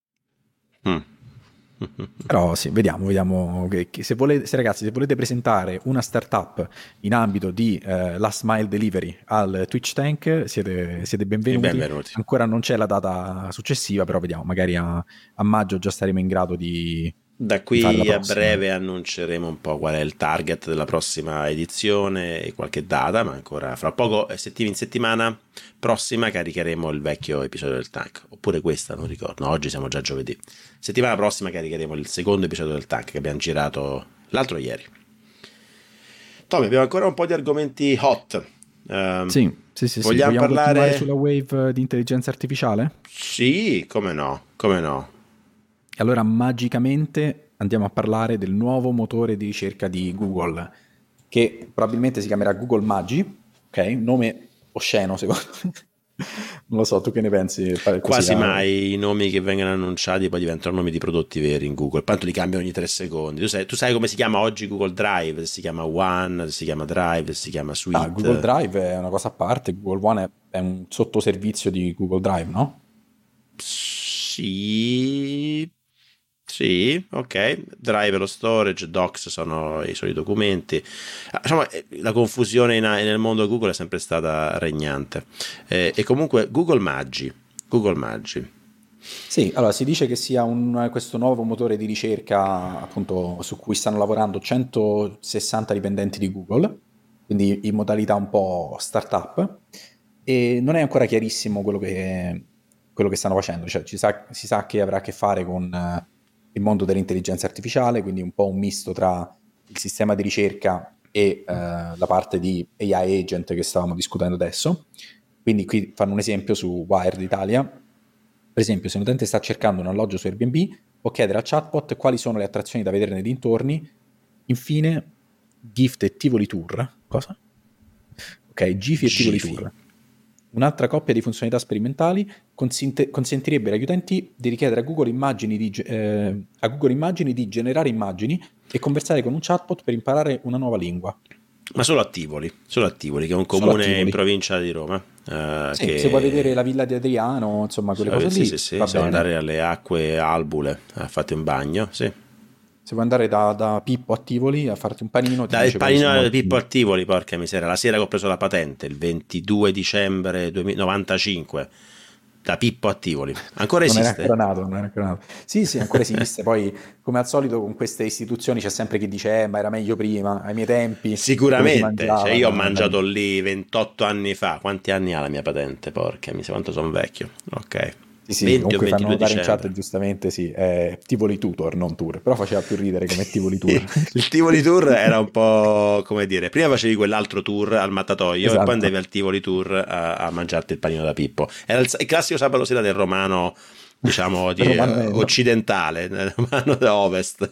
Mm. Però sì, vediamo, vediamo che, che se volete, se ragazzi, se volete presentare una startup in ambito di eh, last mile delivery al Twitch Tank, siete, siete E benvenuti. benvenuti. Ancora non c'è la data successiva, però vediamo, magari a, a maggio già saremo in grado di, Da di fare la qui a prossima. breve annunceremo un po' qual è il target della prossima edizione e qualche data, ma ancora fra poco, eh, setti- in settimana prossima caricheremo il vecchio episodio del Tank, oppure questa, non ricordo, no, oggi siamo già giovedì. Settimana prossima caricheremo il secondo episodio del Tank che abbiamo girato l'altro ieri. Tommy, abbiamo ancora un po' di argomenti hot. Ehm, Sì, sì, sì, sì. vogliamo Vogliamo continuare parlare? sulla wave di intelligenza artificiale? Sì, come no, come no. E allora magicamente andiamo a parlare del nuovo motore di ricerca di Google, che probabilmente si chiamerà Google Magi, ok? Un nome osceno secondo me. Non lo so, tu che ne pensi? Fare così, Quasi ah, mai i nomi che vengono annunciati poi diventano nomi di prodotti veri in Google, tanto li cambiano ogni tre secondi. Tu sai, tu sai come si chiama oggi Google Drive, se si chiama One, se si chiama Drive, se si chiama ah, Google Suite. Drive è una cosa a parte, Google One è, è un sottoservizio di Google Drive, no? Sì, sì, ok. Drive è lo storage, Docs sono i suoi documenti. Ah, diciamo, eh, la confusione in- nel mondo Google è sempre stata regnante. Eh, e comunque Google Maggi, Google Maggi. Sì, allora si dice che sia un- questo nuovo motore di ricerca appunto su cui stanno lavorando centosessanta dipendenti di Google, quindi in modalità un po' startup, e non è ancora chiarissimo quello che, quello che stanno facendo, cioè ci sa- si sa che avrà a che fare con eh, il mondo dell'intelligenza artificiale, quindi un po' un misto tra il sistema di ricerca e eh, la parte di A I agent che stavamo discutendo adesso. Quindi qui fanno un esempio su Wired Italia. Per esempio, se un utente sta cercando un alloggio su Airbnb, può chiedere al chatbot quali sono le attrazioni da vedere nei dintorni. Infine, Gift e Tivoli Tour. Cosa? Ok, Gifi e Tivoli Gifi. Tour. Un'altra coppia di funzionalità sperimentali consinte- consentirebbe agli utenti di richiedere a Google, immagini di, ge- eh, a Google Immagini di generare immagini e conversare con un chatbot per imparare una nuova lingua. Ma solo a Tivoli, solo a Tivoli, che è un Solo a comune in Tivoli. provincia di Roma. eh, Sì, se vuoi vedere che la villa di Adriano, insomma, quelle cose Sì, sì, lì, sì, va se vuoi bene. andare alle acque albule a fare un bagno, sì. Se vuoi andare da, da Pippo a Tivoli a farti un panino, ti Dal dice quali panino sono al i... Pippo a Tivoli, porca miseria, la sera che ho preso la patente, il ventidue dicembre novantacinque, da Pippo a Tivoli. Ancora Non era ancora esiste? nato, non era ancora nato. Sì, sì, ancora esiste. Poi, come al solito, con queste istituzioni c'è sempre chi dice, eh, ma era meglio prima, ai miei tempi, come si Sicuramente, cioè mangiava. io ho No, no, mangiato dai. lì ventotto anni fa. Quanti anni ha la mia patente? Porca miseria, quanto sono vecchio. Ok. Sì, sì, venti o comunque fanno ventidue notare in chat, dicembre. giustamente, sì, è Tivoli Tutor, non Tour, però faceva più ridere come Tivoli Tour. Il Tivoli Tour era un po' come dire, prima facevi quell'altro tour al mattatoio e poi andavi Esatto. al Tivoli Tour a, a mangiarti il panino da Pippo. Era il, il classico sabato sera del romano, diciamo, di, eh, Romano medio. occidentale, del romano da ovest.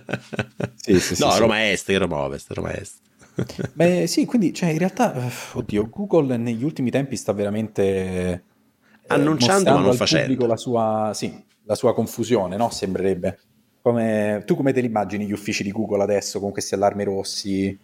Sì, sì, sì, No, sì. Roma Est, che Roma Ovest, Roma Est. Beh, sì, quindi, cioè, in realtà, eh, oddio, Google negli ultimi tempi sta veramente eh, Annunciando ma mostrando non al pubblico facendo. la sua, sì, la sua confusione, no? Sembrerebbe. Come, tu come te li immagini gli uffici di Google adesso con questi allarmi rossi?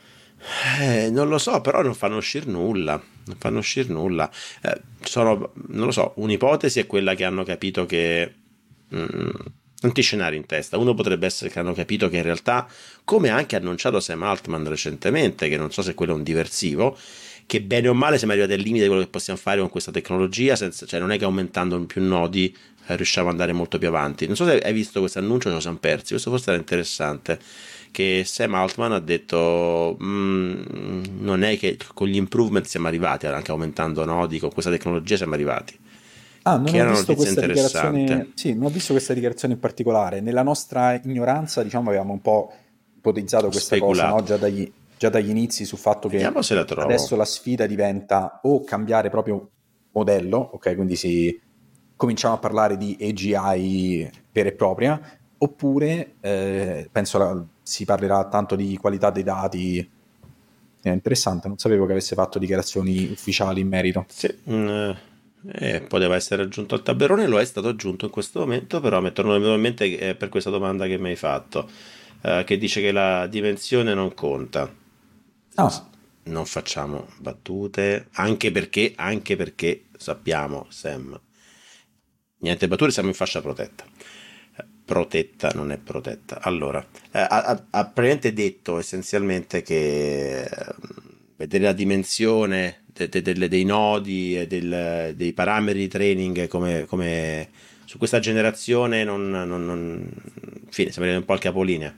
Eh, non lo so, però non fanno uscire nulla. Non fanno uscire nulla. Eh, sono, non lo so, un'ipotesi è quella che hanno capito che. mm, tanti scenari in testa. Uno potrebbe essere che hanno capito che in realtà, come ha anche annunciato Sam Altman recentemente, che non so se quello è un diversivo, che bene o male siamo arrivati al limite di quello che possiamo fare con questa tecnologia, senza, cioè non è che aumentando più nodi eh, riusciamo ad andare molto più avanti. Non so se hai visto questo annuncio, ce lo siamo persi, questo forse era interessante, che Sam Altman ha detto "Mm, non è che con gli improvement siamo arrivati, anche aumentando nodi, con questa tecnologia siamo arrivati, Ah, non che ho era una visto notizia questa interessante, dichiarazione, sì, non ho visto questa dichiarazione in particolare. Nella nostra ignoranza, diciamo, avevamo un po' ipotizzato questa cosa, no? speculato. Già dagli, già dagli inizi sul fatto che Vediamo se la trovo. adesso la sfida diventa o cambiare proprio modello, ok? Quindi si cominciamo a parlare di A G I vera e propria, oppure eh, penso la- si parlerà tanto di qualità dei dati. È interessante, non sapevo che avesse fatto dichiarazioni ufficiali in merito. Sì, mm, eh, poteva essere aggiunto al tablerone, lo è stato aggiunto in questo momento, però mi è tornato in mente eh, per questa domanda che mi hai fatto, eh, che dice che la dimensione non conta. S- Ah, Non facciamo battute, anche perché, anche perché sappiamo, Sam, niente battute, siamo in fascia protetta. Eh, Protetta, non è protetta. Allora, eh, ha, ha- ha praticamente detto essenzialmente che eh, vedere la dimensione de- de- delle- dei nodi e del- dei parametri di training come, come su questa generazione non, non, non... fine, sembra un po' il capolinea.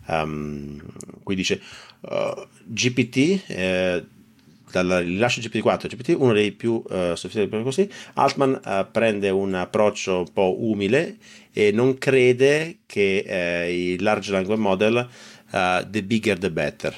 Um, qui dice uh, G P T, eh, dal rilascio G P T quattro G P T, uno dei più uh, sofisticati così, Altman uh, prende un approccio un po' umile e non crede che eh, il large language model uh, the bigger the better.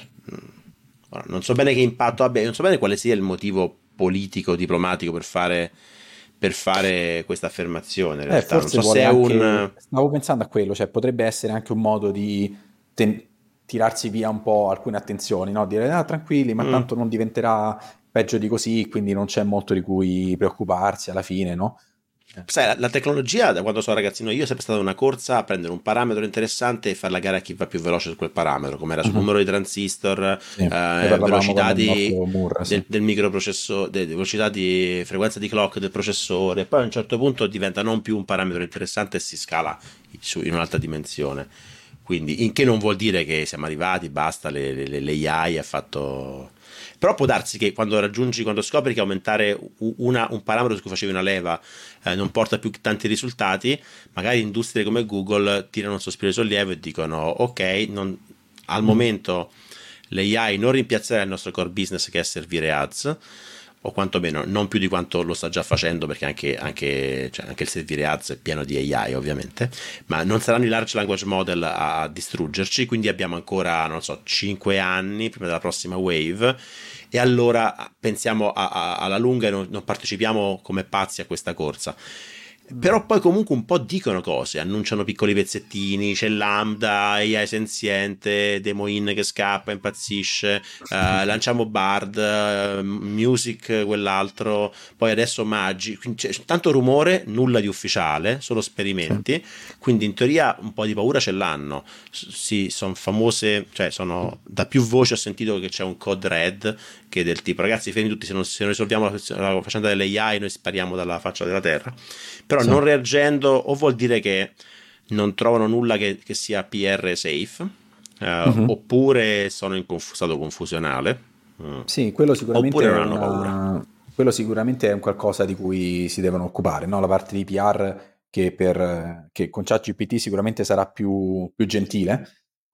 Ora, non so bene che impatto abbia, non so bene quale sia il motivo politico, diplomatico per fare, per fare questa affermazione in Eh, realtà. Non forse so se vuole è anche, un... stavo pensando a quello, cioè potrebbe essere anche un modo di ten- tirarsi via un po' alcune attenzioni, no? Dire, ah, tranquilli, ma Mm. tanto non diventerà peggio di così, quindi non c'è molto di cui preoccuparsi alla fine, no? Eh, Sai, la, la tecnologia, da quando sono ragazzino io, è sempre stata una corsa a prendere un parametro interessante e fare la gara a chi va più veloce su quel parametro, come era sul mhm. numero di transistor, Sì, ne eh, parlavamo con velocità il di, nostro Moore, sì. del, del microprocessore, de- de- velocità di frequenza di clock del processore. Poi a un certo punto diventa non più un parametro interessante e si scala su- in un'altra dimensione. Quindi, in che non vuol dire che siamo arrivati, basta, le, le, le A I ha fatto... Però può darsi che quando raggiungi, quando scopri che aumentare una, un parametro su cui facevi una leva eh, non porta più tanti risultati, magari industrie come Google tirano un sospiro di sollievo e dicono ok, non, al Mhm. momento l'A I non rimpiazzerà il nostro core business che è servire ads, o quantomeno non più di quanto lo sta già facendo, perché anche, anche, cioè, anche il servire ads è pieno di A I ovviamente, ma non saranno i large language model a distruggerci, quindi abbiamo ancora, non so, cinque anni prima della prossima wave, e allora pensiamo a, a, alla lunga e non, non partecipiamo come pazzi a questa corsa. Però poi comunque un po' dicono cose, annunciano piccoli pezzettini, c'è Lambda, A I senziente, Demoin che scappa, impazzisce, eh, lanciamo Bard, eh, Music, quell'altro, poi adesso Maggi, quindi c'è tanto rumore, nulla di ufficiale, solo Sì. esperimenti, quindi in teoria un po' di paura ce l'hanno. S- sì, sono famose, cioè sono, da più voci ho sentito che c'è un code red che è del tipo ragazzi fermi tutti, se non, se non risolviamo la, questione- la faccenda delle A I noi spariamo dalla faccia della terra. Però Sì. non reagendo o vuol dire che non trovano nulla che, che sia P R safe, eh, Mhm. oppure sono in conf- stato confusionale, mm, Sì, quello oppure sicuramente non è hanno paura. una... quello sicuramente è un qualcosa di cui si devono occupare, no? La parte di P R che, per... che con ChatGPT sicuramente sarà più, più gentile,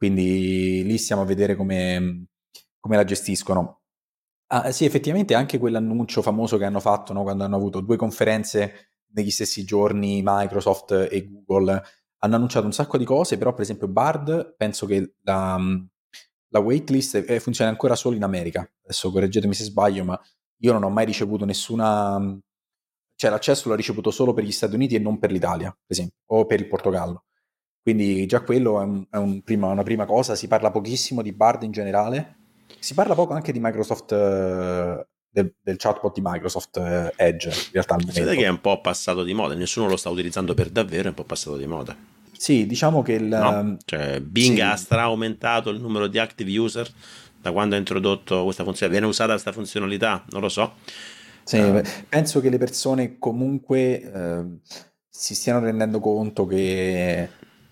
quindi lì stiamo a vedere come, come la gestiscono. Ah, sì, effettivamente anche quell'annuncio famoso che hanno fatto, no? Quando hanno avuto due conferenze negli stessi giorni, Microsoft e Google, hanno annunciato un sacco di cose, però per esempio Bard, penso che la, la waitlist eh, funziona ancora solo in America. Adesso correggetemi se sbaglio, ma io non ho mai ricevuto nessuna... cioè l'accesso l'ho ricevuto solo per gli Stati Uniti e non per l'Italia, per esempio, o per il Portogallo. Quindi già quello è, un- è un prima- una prima cosa, si parla pochissimo di Bard in generale, si parla poco anche di Microsoft, eh, del, del chatbot di Microsoft eh, Edge, in realtà al Si vede che è momento. un po' passato di moda, nessuno lo sta utilizzando per davvero, è un po' passato di moda, Sì, diciamo che il... no? ehm, Cioè Bing ha sì, stra aumentato il numero di active user da quando ha introdotto questa funzione, viene usata questa funzionalità, non lo so. sì, Eh, penso che le persone comunque ehm, si stiano rendendo conto che...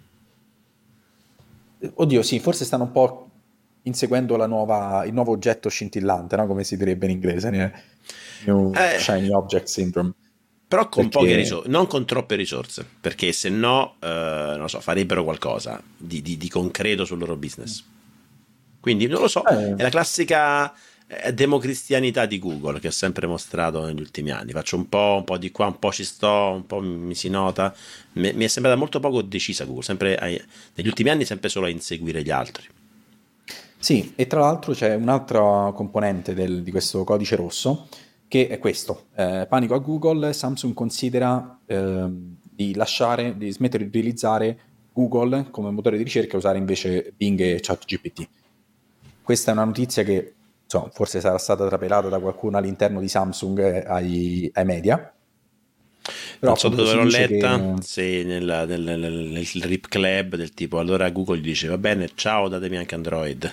Oddio, sì, forse stanno un po' inseguendo la nuova, il nuovo oggetto scintillante, no? Come si direbbe in inglese, ne- New eh, Shiny Object Syndrome. però con poche Perché risorse, non con troppe risorse, perché se no, eh, non lo so, farebbero qualcosa di, di- di concreto sul loro business. Quindi non lo so, eh, è la classica eh, democristianità di Google che ho sempre mostrato negli ultimi anni. Faccio un po', un po' di qua, un po' ci sto, un po' mi si nota. Mi, mi è sembrata molto poco decisa Google, sempre, a- negli ultimi anni sempre solo a inseguire gli altri. sì, e tra l'altro c'è un'altra componente del- di questo codice rosso che è questo. Eh, panico a Google, Samsung considera ehm, di lasciare, di smettere di utilizzare Google come motore di ricerca e usare invece Bing e ChatGPT. Questa è una notizia che insomma, forse sarà stata trapelata da qualcuno all'interno di Samsung eh, ai, ai media, però Non so appunto dove si l'ho dice letta, che se nel, nel, nel, nel RIP Club del tipo allora Google gli dice va bene, ciao, datemi anche Android.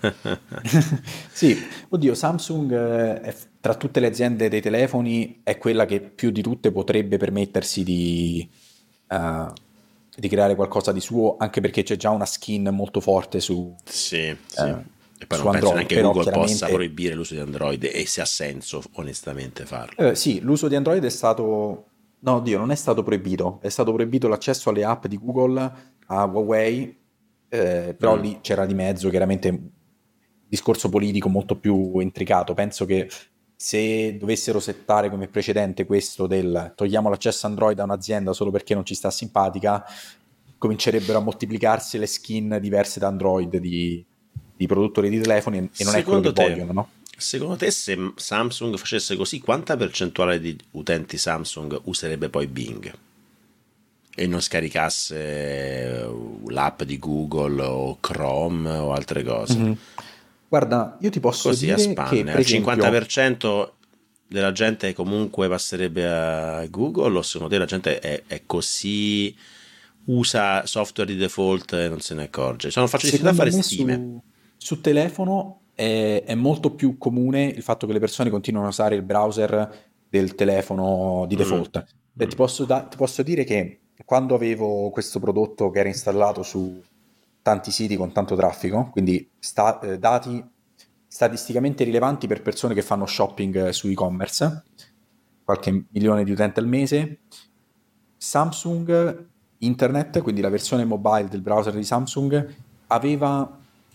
sì, oddio, Samsung eh, è f- tra tutte le aziende dei telefoni è quella che più di tutte potrebbe permettersi di, eh, di creare qualcosa di suo, anche perché c'è già una skin molto forte su, Sì, sì. eh, E poi su non penso Android, neanche però Google possa chiaramente proibire l'uso di Android e se ha senso onestamente farlo. eh, sì, l'uso di Android è stato, No, Dio, non è stato proibito, è stato proibito l'accesso alle app di Google a Huawei, eh, però Mm. lì c'era di mezzo chiaramente un discorso politico molto più intricato. Penso che se dovessero settare come precedente questo del togliamo l'accesso Android a un'azienda solo perché non ci sta simpatica, comincerebbero a moltiplicarsi le skin diverse da Android di, di produttori di telefoni e non è quello che Secondo te, vogliono, no? secondo te se Samsung facesse così, quanta percentuale di utenti Samsung userebbe poi Bing e non scaricasse eh, l'app di Google o Chrome o altre cose? Mhm. Guarda, io ti posso Così a dire che, spanne, per al esempio, cinquanta per cento della gente comunque passerebbe a Google o secondo te la gente è, è così, usa software di default e non se ne accorge? Sono faccio difficoltà a secondo fare me stime. su, su telefono è, è molto più comune il fatto che le persone continuino a usare il browser del telefono di Mm, default. E ti mm, posso, da- ti posso dire che quando avevo questo prodotto che era installato su tanti siti con tanto traffico, quindi sta- eh, dati statisticamente rilevanti per persone che fanno shopping eh, su e-commerce, qualche milione di utenti al mese, Samsung Internet, quindi la versione mobile del browser di Samsung, aveva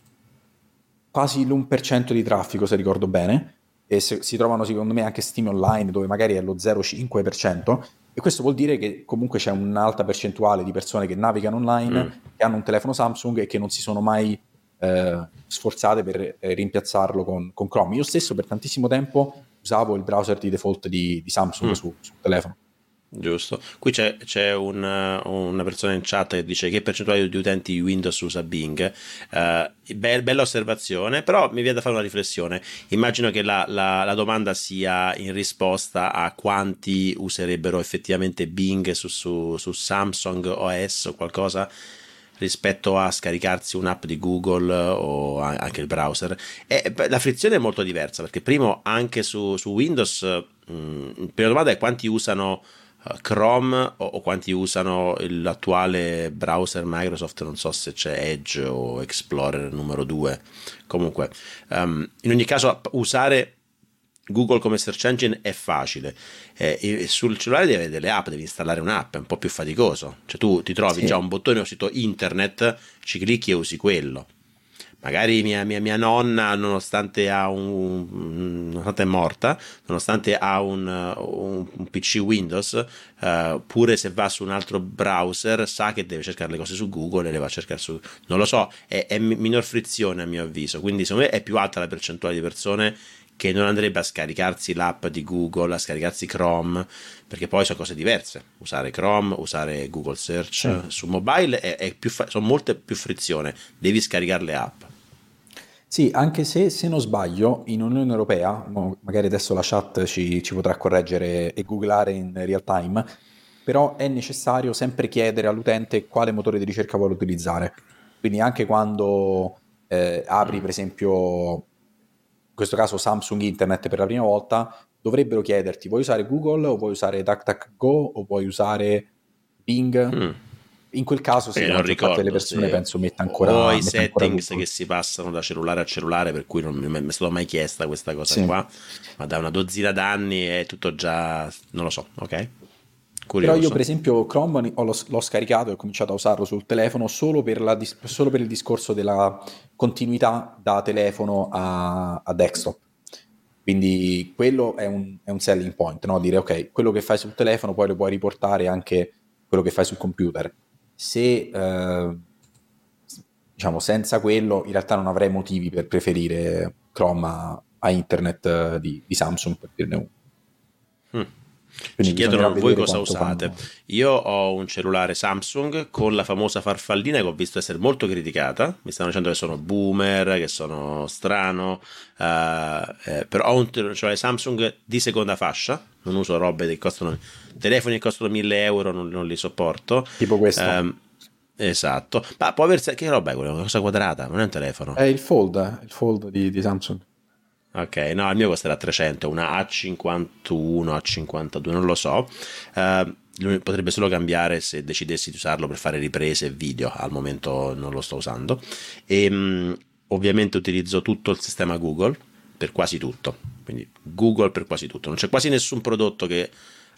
quasi l'uno per cento di traffico, se ricordo bene, e se- si trovano secondo me anche Steam Online dove magari è lo zero virgola cinque per cento, e questo vuol dire che comunque c'è un'alta percentuale di persone che navigano mm. online, che hanno un telefono Samsung e che non si sono mai eh, sforzate per eh, rimpiazzarlo con, con Chrome. Io stesso per tantissimo tempo usavo il browser di default di, di Samsung Mm. su, sul telefono. Giusto. Qui c'è, c'è un, uh, una persona in chat che dice che percentuale di utenti Windows usa Bing. Uh, be- bella osservazione, però mi viene da fare una riflessione. Immagino che la, la- la domanda sia in risposta a quanti userebbero effettivamente Bing su, su- su Samsung O S o qualcosa rispetto a scaricarsi un'app di Google o a- anche il browser. E beh, la frizione è molto diversa perché primo anche su, su Windows, mh, la prima domanda è quanti usano uh, Chrome o, o quanti usano l'attuale browser Microsoft, non so se c'è Edge o Explorer numero due. Comunque, um, in ogni caso usare Google come search engine è facile, eh, e sul cellulare devi avere delle app, devi installare un'app, è un po' più faticoso, cioè tu ti trovi già Sì, un bottone o sito internet, ci clicchi e usi quello. Magari mia, mia, mia nonna, nonostante ha un, nonostante è morta, nonostante ha un, un, un P C Windows, eh, pure se va su un altro browser, sa che deve cercare le cose su Google e le va a cercare su. Non lo so, è, è minor frizione a mio avviso. Quindi, secondo me, è più alta la percentuale di persone che non andrebbe a scaricarsi l'app di Google, a scaricarsi Chrome, perché poi sono cose diverse. Usare Chrome, usare Google sì. Search su mobile è, è più fa- sono molte più frizione. Devi scaricare le app. Sì, anche se, se non sbaglio, in Unione Europea, mo- magari adesso la chat ci, ci potrà correggere e googlare in real time, però è necessario sempre chiedere all'utente quale motore di ricerca vuole utilizzare. Quindi anche quando eh, apri, per esempio, in questo caso Samsung Internet per la prima volta, dovrebbero chiederti: vuoi usare Google o vuoi usare DuckDuckGo o vuoi usare Bing? Mm. In quel caso sì, Perché la non maggior parte delle ricordo persone se penso metta ho ancora, i metta ancora settings Google. che si passano da cellulare a cellulare, per cui non mi mi è stata mai chiesta questa cosa Sì. qua, ma da una dozzina d'anni è tutto già, non lo so, ok? Però io per Curioso. esempio Chrome ho- l'ho, l'ho scaricato e ho cominciato a usarlo sul telefono solo per, la dis- solo per il discorso della continuità da telefono a, a desktop. Quindi quello è un, è un selling point, no? Dire ok, quello che fai sul telefono poi lo puoi riportare anche quello che fai sul computer. Se eh, diciamo senza quello in realtà non avrei motivi per preferire Chrome a, a internet eh, di, di Samsung, per dirne uno. Mm. Quindi Ci bisognerà chiedono voi vedere cosa quanto usate. fanno. Io ho un cellulare Samsung con la famosa farfallina che ho visto essere molto criticata. Mi stanno dicendo che sono boomer, che sono strano. eh, eh, però ho un cellulare Samsung di seconda fascia. Non uso robe che costano. Telefoni che costano mille euro, non, non li sopporto. Tipo questo. Ehm, esatto. Ma può aver. Che roba è quella? Una cosa quadrata, non è un È telefono. il Fold, eh, il Fold di, di Samsung. Ok, no, il mio costerà trecento, una A cinquantuno, A cinquantadue, non lo so. Eh, lui potrebbe solo cambiare se decidessi di usarlo per fare riprese e video, al momento non lo sto usando. E mh, ovviamente utilizzo tutto il sistema Google per quasi tutto, quindi Google per quasi tutto. Non c'è quasi nessun prodotto che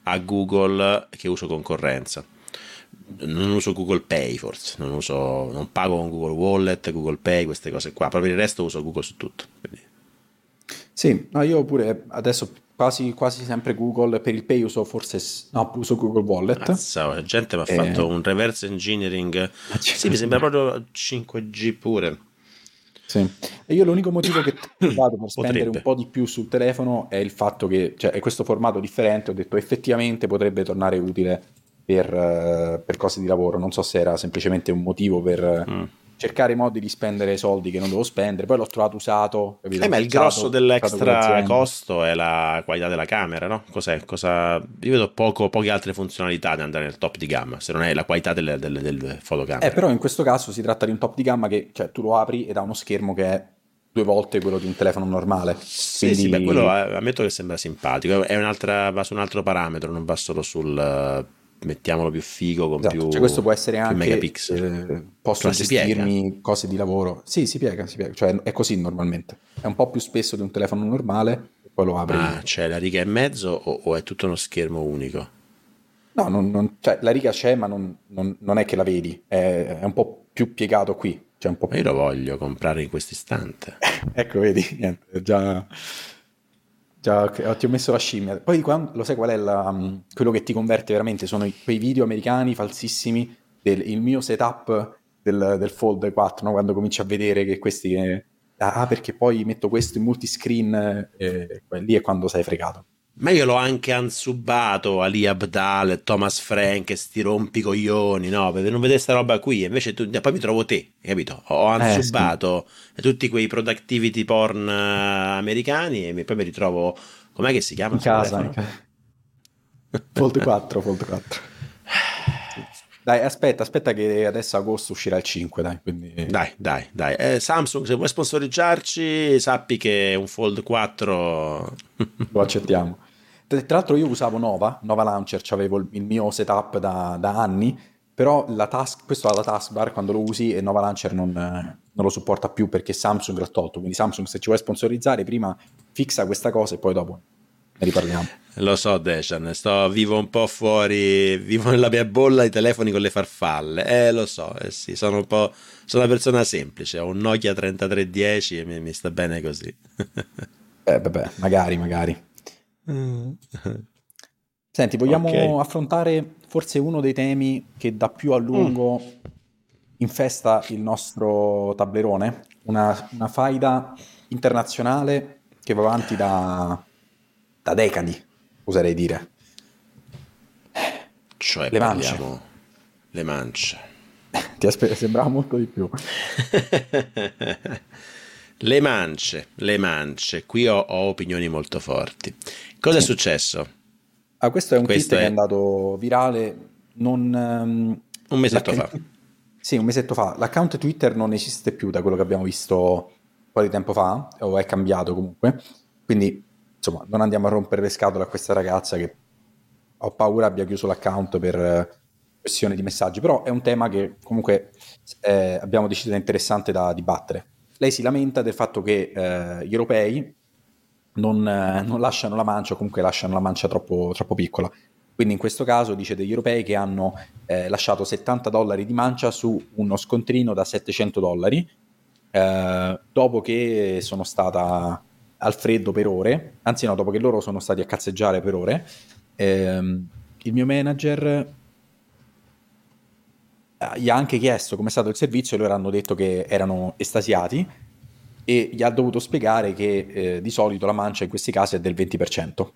a Google che uso concorrenza. Non uso Google Pay, forse non uso, non pago con Google Wallet, Google Pay, queste cose qua. Proprio il resto uso Google su tutto. Quindi. Sì, no, io pure adesso quasi, quasi sempre Google, per il Pay uso forse, s- no, uso Google Wallet. Mazza, la gente mi ha Eh, fatto un reverse engineering. Sì, mi sembra proprio cinque G pure. sì. E io l'unico motivo che ho trovato per spendere un Potrebbe. po' di più sul telefono è il fatto che, cioè, è questo formato differente, ho detto effettivamente potrebbe tornare utile per, eh, per cose di lavoro, non so se era semplicemente un motivo per eh, Mm. cercare modi di spendere soldi che non dovevo spendere, poi l'ho trovato usato, Eh, capito? ma il grosso Usato, usato con dell'extra l'azienda. costo è la qualità della camera, no? Cos'è? Cosa. Io vedo poco, poche altre funzionalità da andare nel top di gamma, se non è la qualità delle, delle, delle Eh, fotocamere. però in questo caso si tratta di un top di gamma che, cioè, tu lo apri ed ha uno schermo che è due volte quello di un telefono normale. Sì, sì, beh, quello Quindi, eh, ammetto che sembra simpatico. È un'altra, va su un altro parametro, non va solo sul eh, mettiamolo più figo con esatto, cioè più, questo può essere più anche, megapixel. eh, posso Ma si piega? gestirmi cose di lavoro. Sì, si piega, si piega, cioè è così normalmente. È un po' più spesso di un telefono normale e poi lo Ma apri. c'è la riga e mezzo o, o è tutto uno schermo unico? No, non- non- cioè, la riga c'è, ma non, non- non è che la vedi, è, è un po' più piegato qui, cioè un po' Ma io lo più. voglio comprare in questo istante. Ecco, vedi, niente, è già, già ti ho messo la scimmia. Poi quan- lo sai qual è la, um, quello che ti converte veramente? Sono i- quei video americani falsissimi del il mio setup del, del Fold quattro, no? Quando cominci a vedere che questi... eh, ah, perché poi metto questo in multiscreen, eh, eh, lì è quando sei fregato. Ma io l'ho anche ansubato Ali Abdal, Thomas Frank, sti rompicoglioni, no? Per non vedere sta roba qui. E invece tu, poi mi trovo te, capito? Ho Eh sì, ansubato tutti quei productivity porn eh, americani e mi- poi mi ritrovo. Com'è che si chiama in sto casa, in telefono? casa. Fold quattro, Fold quattro. Dai, aspetta, aspetta che adesso a agosto uscirà il cinque, dai, quindi Dai, dai, dai. Eh, Samsung, se vuoi sponsoreggiarci, sappi che un Fold quattro. lo accettiamo. Tra tra l'altro io usavo Nova, Nova Launcher, c'avevo il, il mio setup da, da anni, però la task, questo ha la taskbar quando lo usi e Nova Launcher non, eh, non lo supporta più perché Samsung l'ha tolto, quindi Samsung se ci vuoi sponsorizzare prima fixa questa cosa e poi dopo ne riparliamo. Lo so, Dejan, sto vivo un po' fuori, vivo nella mia bolla di telefoni con le farfalle. Eh, lo so, eh sì, sono un po'. Sono una persona semplice, ho un Nokia trentatré dieci e mi, mi sta bene così. Eh, vabbè, magari, magari. Senti, Ok. vogliamo affrontare forse uno dei temi che da più a Mm. lungo infesta il nostro tablerone? Una, una faida internazionale che va avanti da, da decadi, oserei dire. Cioè, Le mance. parliamo le mance. Ti aspe- sembrava molto di più. Le mance, le mance. Qui ho, ho opinioni molto forti. Cosa è Sì. successo? Ah, questo è un tweet Questo che è è andato virale non, ehm, un mesetto l'acc- il fa. tweet- sì, un mesetto fa. L'account Twitter non esiste più da quello che abbiamo visto un po' di tempo fa, o è cambiato comunque. Quindi, insomma, non andiamo a rompere le scatole a questa ragazza che ho paura abbia chiuso l'account per eh, questione di messaggi. Però è un tema che comunque eh, abbiamo deciso interessante da dibattere. Lei si lamenta del fatto che eh, gli europei non, eh, non lasciano la mancia o comunque lasciano la mancia troppo, troppo piccola. Quindi in questo caso dice degli europei che hanno eh, lasciato settanta dollari di mancia su uno scontrino da settecento dollari, eh, dopo che sono stata al freddo per ore, anzi no, dopo che loro sono stati a cazzeggiare per ore. Ehm, il mio manager eh, gli ha anche chiesto come è stato il servizio e loro hanno detto che erano estasiati e gli ha dovuto spiegare che eh, di solito la mancia in questi casi è del venti per cento.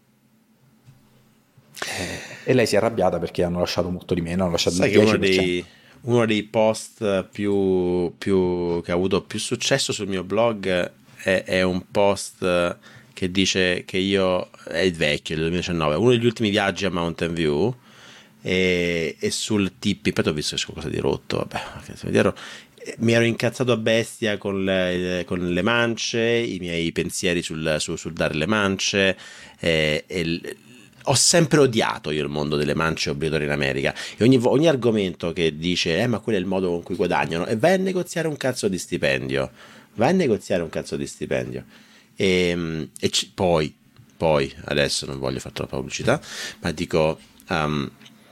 Eh, e lei si è arrabbiata perché hanno lasciato molto di meno, hanno lasciato il Sai che uno dieci per cento. dei, uno dei post più, più che ha avuto più successo sul mio blog è, è un post che dice che io è il vecchio del duemiladiciannove, uno degli ultimi viaggi a Mountain View e, e sul Tippi, poi ho visto che c'è qualcosa di rotto, vabbè, ero, mi ero incazzato a bestia con le, con le mance, i miei pensieri sul, sul, sul dare le mance e, e ho sempre odiato io il mondo delle mance obbligatorie in America e ogni, ogni argomento che dice eh ma quello è il modo con cui guadagnano e vai a negoziare un cazzo di stipendio vai a negoziare un cazzo di stipendio e, e c- poi poi adesso non voglio fare troppa pubblicità, ma dico um,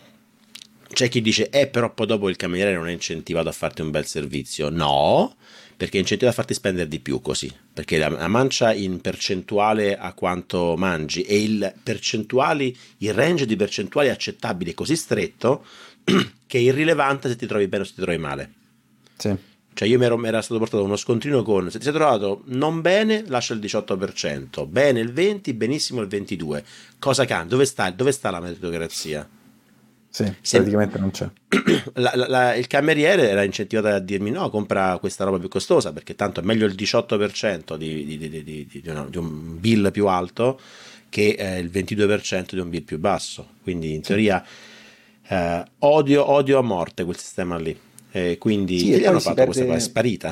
c'è chi dice eh però poi dopo il cameriere non è incentivato a farti un bel servizio. No, perché è incentivato a farti spendere di più così, perché la, la mancia in percentuale a quanto mangi e il percentuali il range di percentuali accettabili è così stretto che è irrilevante se ti trovi bene o se ti trovi male. Sì. Cioè io mi ero, mi era stato portato uno scontrino con se ti sei trovato non bene lascia il diciotto per cento, bene il venti per cento, benissimo il ventidue per cento. Cosa cambia? Dove sta, dove sta la meritocrazia? Sì, Se, praticamente non c'è. la, la, la, il cameriere era incentivato a dirmi no, compra questa roba più costosa perché tanto è meglio il diciotto per cento di, di, di, di, di, di, una, di un bill più alto che eh, il ventidue per cento di un bill più basso. Quindi in teoria eh, odio, odio a morte quel sistema lì. Eh, quindi Sì, che e gli poi hanno si fatto perde, questa cosa? È sparita.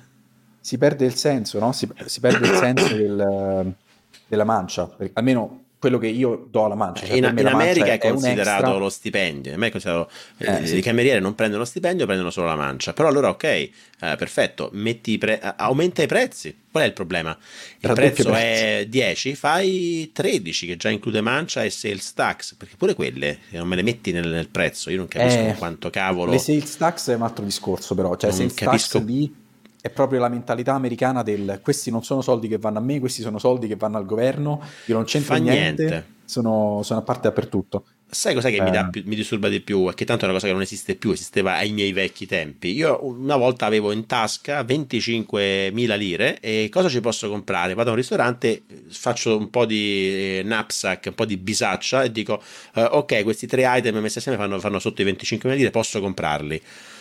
si perde il senso, no? Si, si perde il senso del- della mancia, per- almeno quello che io do alla mancia, cioè In, per me in la mancia America è, è è un considerato extra. lo stipendio. In America è considerato, Eh, eh, i sì. camerieri non prendono lo stipendio, prendono solo la mancia. Però allora, ok, eh, perfetto, metti i pre- aumenta i prezzi. Qual è il problema? Il Raddoppia i prezzo prezzi. è dieci, fai tredici, che già include mancia e sales tax. Perché pure quelle se non me le metti nel, nel prezzo. Io non capisco in Eh, quanto le cavolo. sales tax è un altro discorso, però, cioè Non sales tax capisco. lì è proprio la mentalità americana del questi non sono soldi che vanno a me, questi sono soldi che vanno al governo, io non c'entro Fa niente. niente, sono, sono a parte dappertutto. Sai cos'è che mi, dà Eh, più- mi disturba di più? È che tanto è una cosa che non esiste più, esisteva ai miei vecchi tempi. Io una volta avevo in tasca venticinquemila lire e cosa ci posso comprare? Vado a un ristorante, faccio un po' di eh, knapsack, un po' di bisaccia e dico eh, ok, questi tre item messi assieme fanno, fanno sotto i venticinquemila lire, posso comprarli.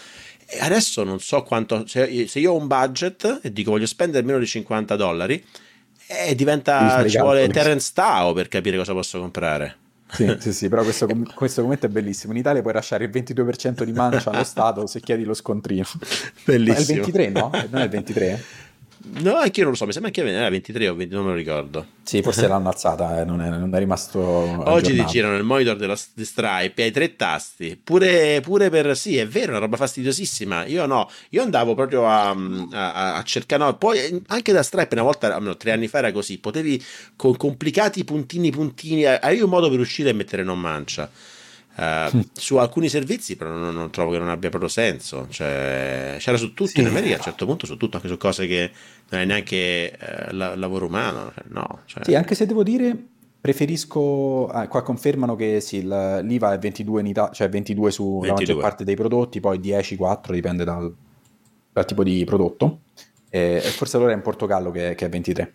E adesso non so quanto, se, se io ho un budget e dico voglio spendere meno di cinquanta dollari, eh, devi diventa, fare i ci vuole calcoli. Terence Tao per capire cosa posso comprare. Sì, sì, sì, però questo, com- questo commento è bellissimo. In Italia puoi lasciare il ventidue per cento di mancia allo Stato se chiedi lo scontrino. No, è il Bellissimo. ventitré, no? Non è il ventitré? No, anche io non lo so, mi sembra che era ventitré o venti, non me lo ricordo. Sì, forse l'hanno alzata, eh, non è, non è rimasto Oggi ti aggiornato. girano il monitor della di Stripe e hai tre tasti, pure, pure per... Sì, è vero, è una roba fastidiosissima. Io no, io andavo proprio a, a, a cercare... No, poi anche da Stripe una volta, almeno tre anni fa era così, potevi con complicati puntini puntini, avevi un modo per uscire e mettere non mancia. Uh, su alcuni servizi però non, non trovo che non abbia proprio senso, cioè, c'era su tutto in Sì, America a un certo punto, su tutto, anche su cose che non è neanche eh, la- lavoro umano, cioè, no, cioè, sì, anche se devo dire, preferisco, ah, qua confermano che sì, il- l'I V A è ventidue in Ita- cioè ventidue sulla maggior ventidue. parte dei prodotti, poi dieci, quattro, dipende dal, dal tipo di prodotto. E, e forse allora è in Portogallo che, che è ventitré.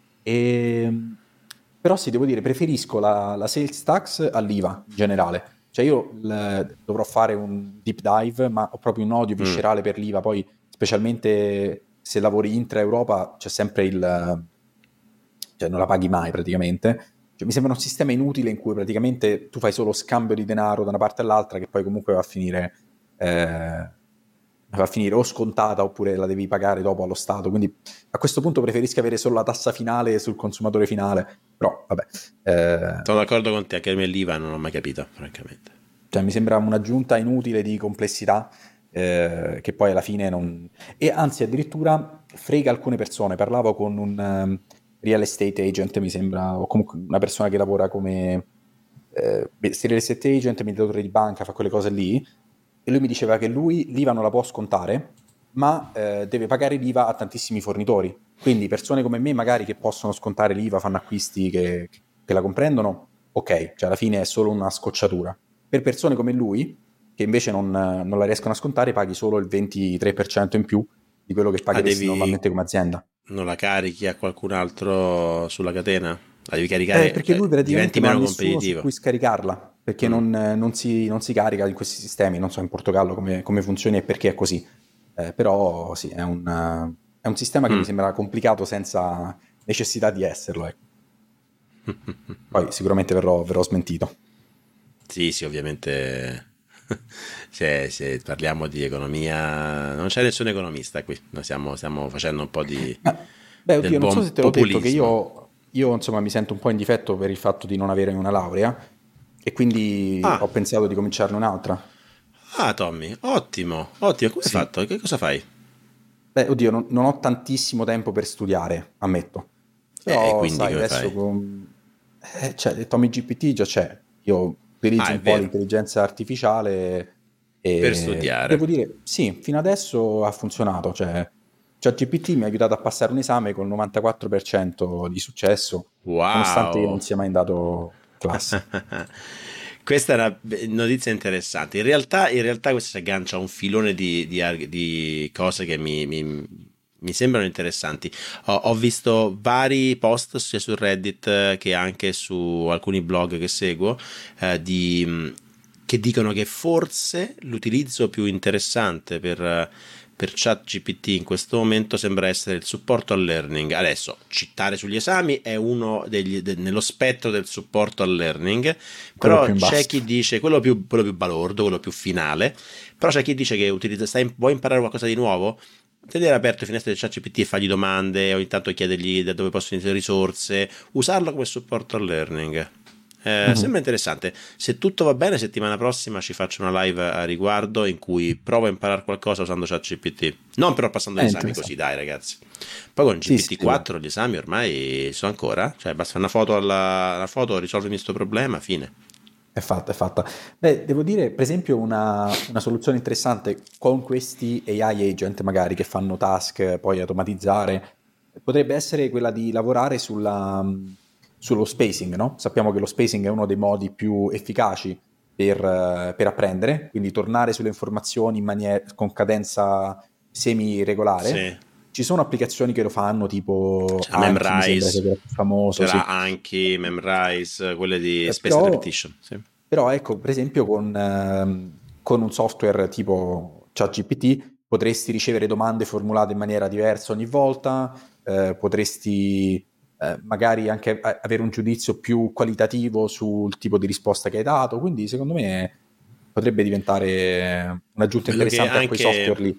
E, però sì, devo dire, preferisco la, la sales tax all'I V A in generale. Cioè io il- dovrò fare un deep dive, ma ho proprio un odio Mm. viscerale per l'I V A, poi specialmente se lavori intra-Europa c'è sempre il... cioè non la paghi mai praticamente. Cioè, mi sembra un sistema inutile in cui praticamente tu fai solo scambio di denaro da una parte all'altra che poi comunque va a finire, eh, va a finire o scontata oppure la devi pagare dopo allo Stato. Quindi a questo punto preferisco avere solo la tassa finale sul consumatore finale. Però vabbè, eh, Sono d'accordo con te, anche a me l'I V A non ho mai capito, francamente. cioè, mi sembra un'aggiunta inutile di complessità eh, che poi alla fine non... E anzi addirittura frega alcune persone. Parlavo con un ehm, real estate agent, mi sembra, o comunque una persona che lavora come eh, beh, sì, real estate agent, mediatore di banca, fa quelle cose lì, e lui mi diceva che lui l'I V A non la può scontare, ma eh, deve pagare l'I V A a tantissimi fornitori. Quindi persone come me magari che possono scontare l'I V A, fanno acquisti che, che la comprendono, ok, cioè alla fine è solo una scocciatura. Per persone come lui, che invece non, non la riescono a scontare, paghi solo il ventitré per cento in più di quello che Ah, pagheresti devi... normalmente come azienda. non la carichi a qualcun altro sulla catena? La devi Eh, caricare, perché cioè lui praticamente diventi non ha meno nessuno su competitivo. cui scaricarla, perché Mm. non, non si, non si carica in questi sistemi, non so in Portogallo come, come funzioni e perché è così. Eh, però sì, è un, eh, è un sistema che mi Mm. sembra complicato senza necessità di esserlo, ecco. Poi sicuramente verrò, verrò smentito. Sì, sì, ovviamente. Se, se parliamo di economia, non c'è nessun economista qui. Noi stiamo, stiamo facendo un po' di Ma, beh, del oddio, non so se buon te l'ho detto che populismo. io, io, insomma, mi sento un po' in difetto per il fatto di non avere una laurea e quindi Ah, ho pensato di cominciarne un'altra. ah, Tommy, ottimo, ottimo. Come hai Sì. fatto? Che cosa fai? Beh, oddio, non, non ho tantissimo tempo per studiare, ammetto. E Però, quindi sai, come adesso fai? con... Eh, cioè, Tommy G P T già c'è, io utilizzo Ah, è un po' vero, l'intelligenza artificiale per e studiare. devo dire, sì, fino adesso ha funzionato, cioè ChatGPT mi ha aiutato a passare un esame con il novantaquattro per cento di successo, nonostante io non Wow! sia mai andato in classe. Questa è una be- notizia interessante. In realtà, in realtà questo si aggancia a un filone di, di arg- di cose che mi, mi- mi sembrano interessanti. Ho, ho visto vari post sia su Reddit eh, che anche su alcuni blog che seguo eh, di, mh, che dicono che forse l'utilizzo più interessante per, eh, per ChatGPT in questo momento sembra essere il supporto al learning. Adesso, citare sugli esami è uno degli, de- nello spettro del supporto al learning, Quello però più in c'è basso. chi dice quello più, quello più balordo, quello più finale, però c'è chi dice che utilizza, stai, vuoi imparare qualcosa di nuovo? Tenere aperto le finestre del ChatGPT e fargli domande, ogni tanto chiedergli da dove possono iniziare risorse, usarlo come supporto al learning. Eh, Mhm. sembra interessante. Se tutto va bene, settimana prossima ci faccio una live a riguardo in cui provo a imparare qualcosa usando ChatGPT. Non però passando È gli esami così, interessante. dai ragazzi. Poi con Sì, sì, G P T sì. quattro gli esami ormai sono ancora, cioè basta una foto alla una foto, risolvimi questo problema, fine. È fatta, è fatta. Beh, devo dire, per esempio, una, una soluzione interessante con questi A I agent, magari che fanno task, eh, poi automatizzare, potrebbe essere quella di lavorare sulla, mh, sullo spacing, no? Sappiamo che lo spacing è uno dei modi più efficaci per, eh, per apprendere, quindi tornare sulle informazioni in maniera, con cadenza semi-regolare. Sì. Ci sono applicazioni che lo fanno, tipo C'è Anki, mi sembra sia Memrise, quello più famoso, sì. c'era Anki, Memrise, quelle di Eh, Spaced però, Repetition. Sì. però ecco, per esempio con, ehm, con un software tipo ChatGPT potresti ricevere domande formulate in maniera diversa ogni volta, eh, potresti eh, magari anche a- avere un giudizio più qualitativo sul tipo di risposta che hai dato, quindi secondo me potrebbe diventare un'aggiunta Vedo che interessante a quei anche software lì.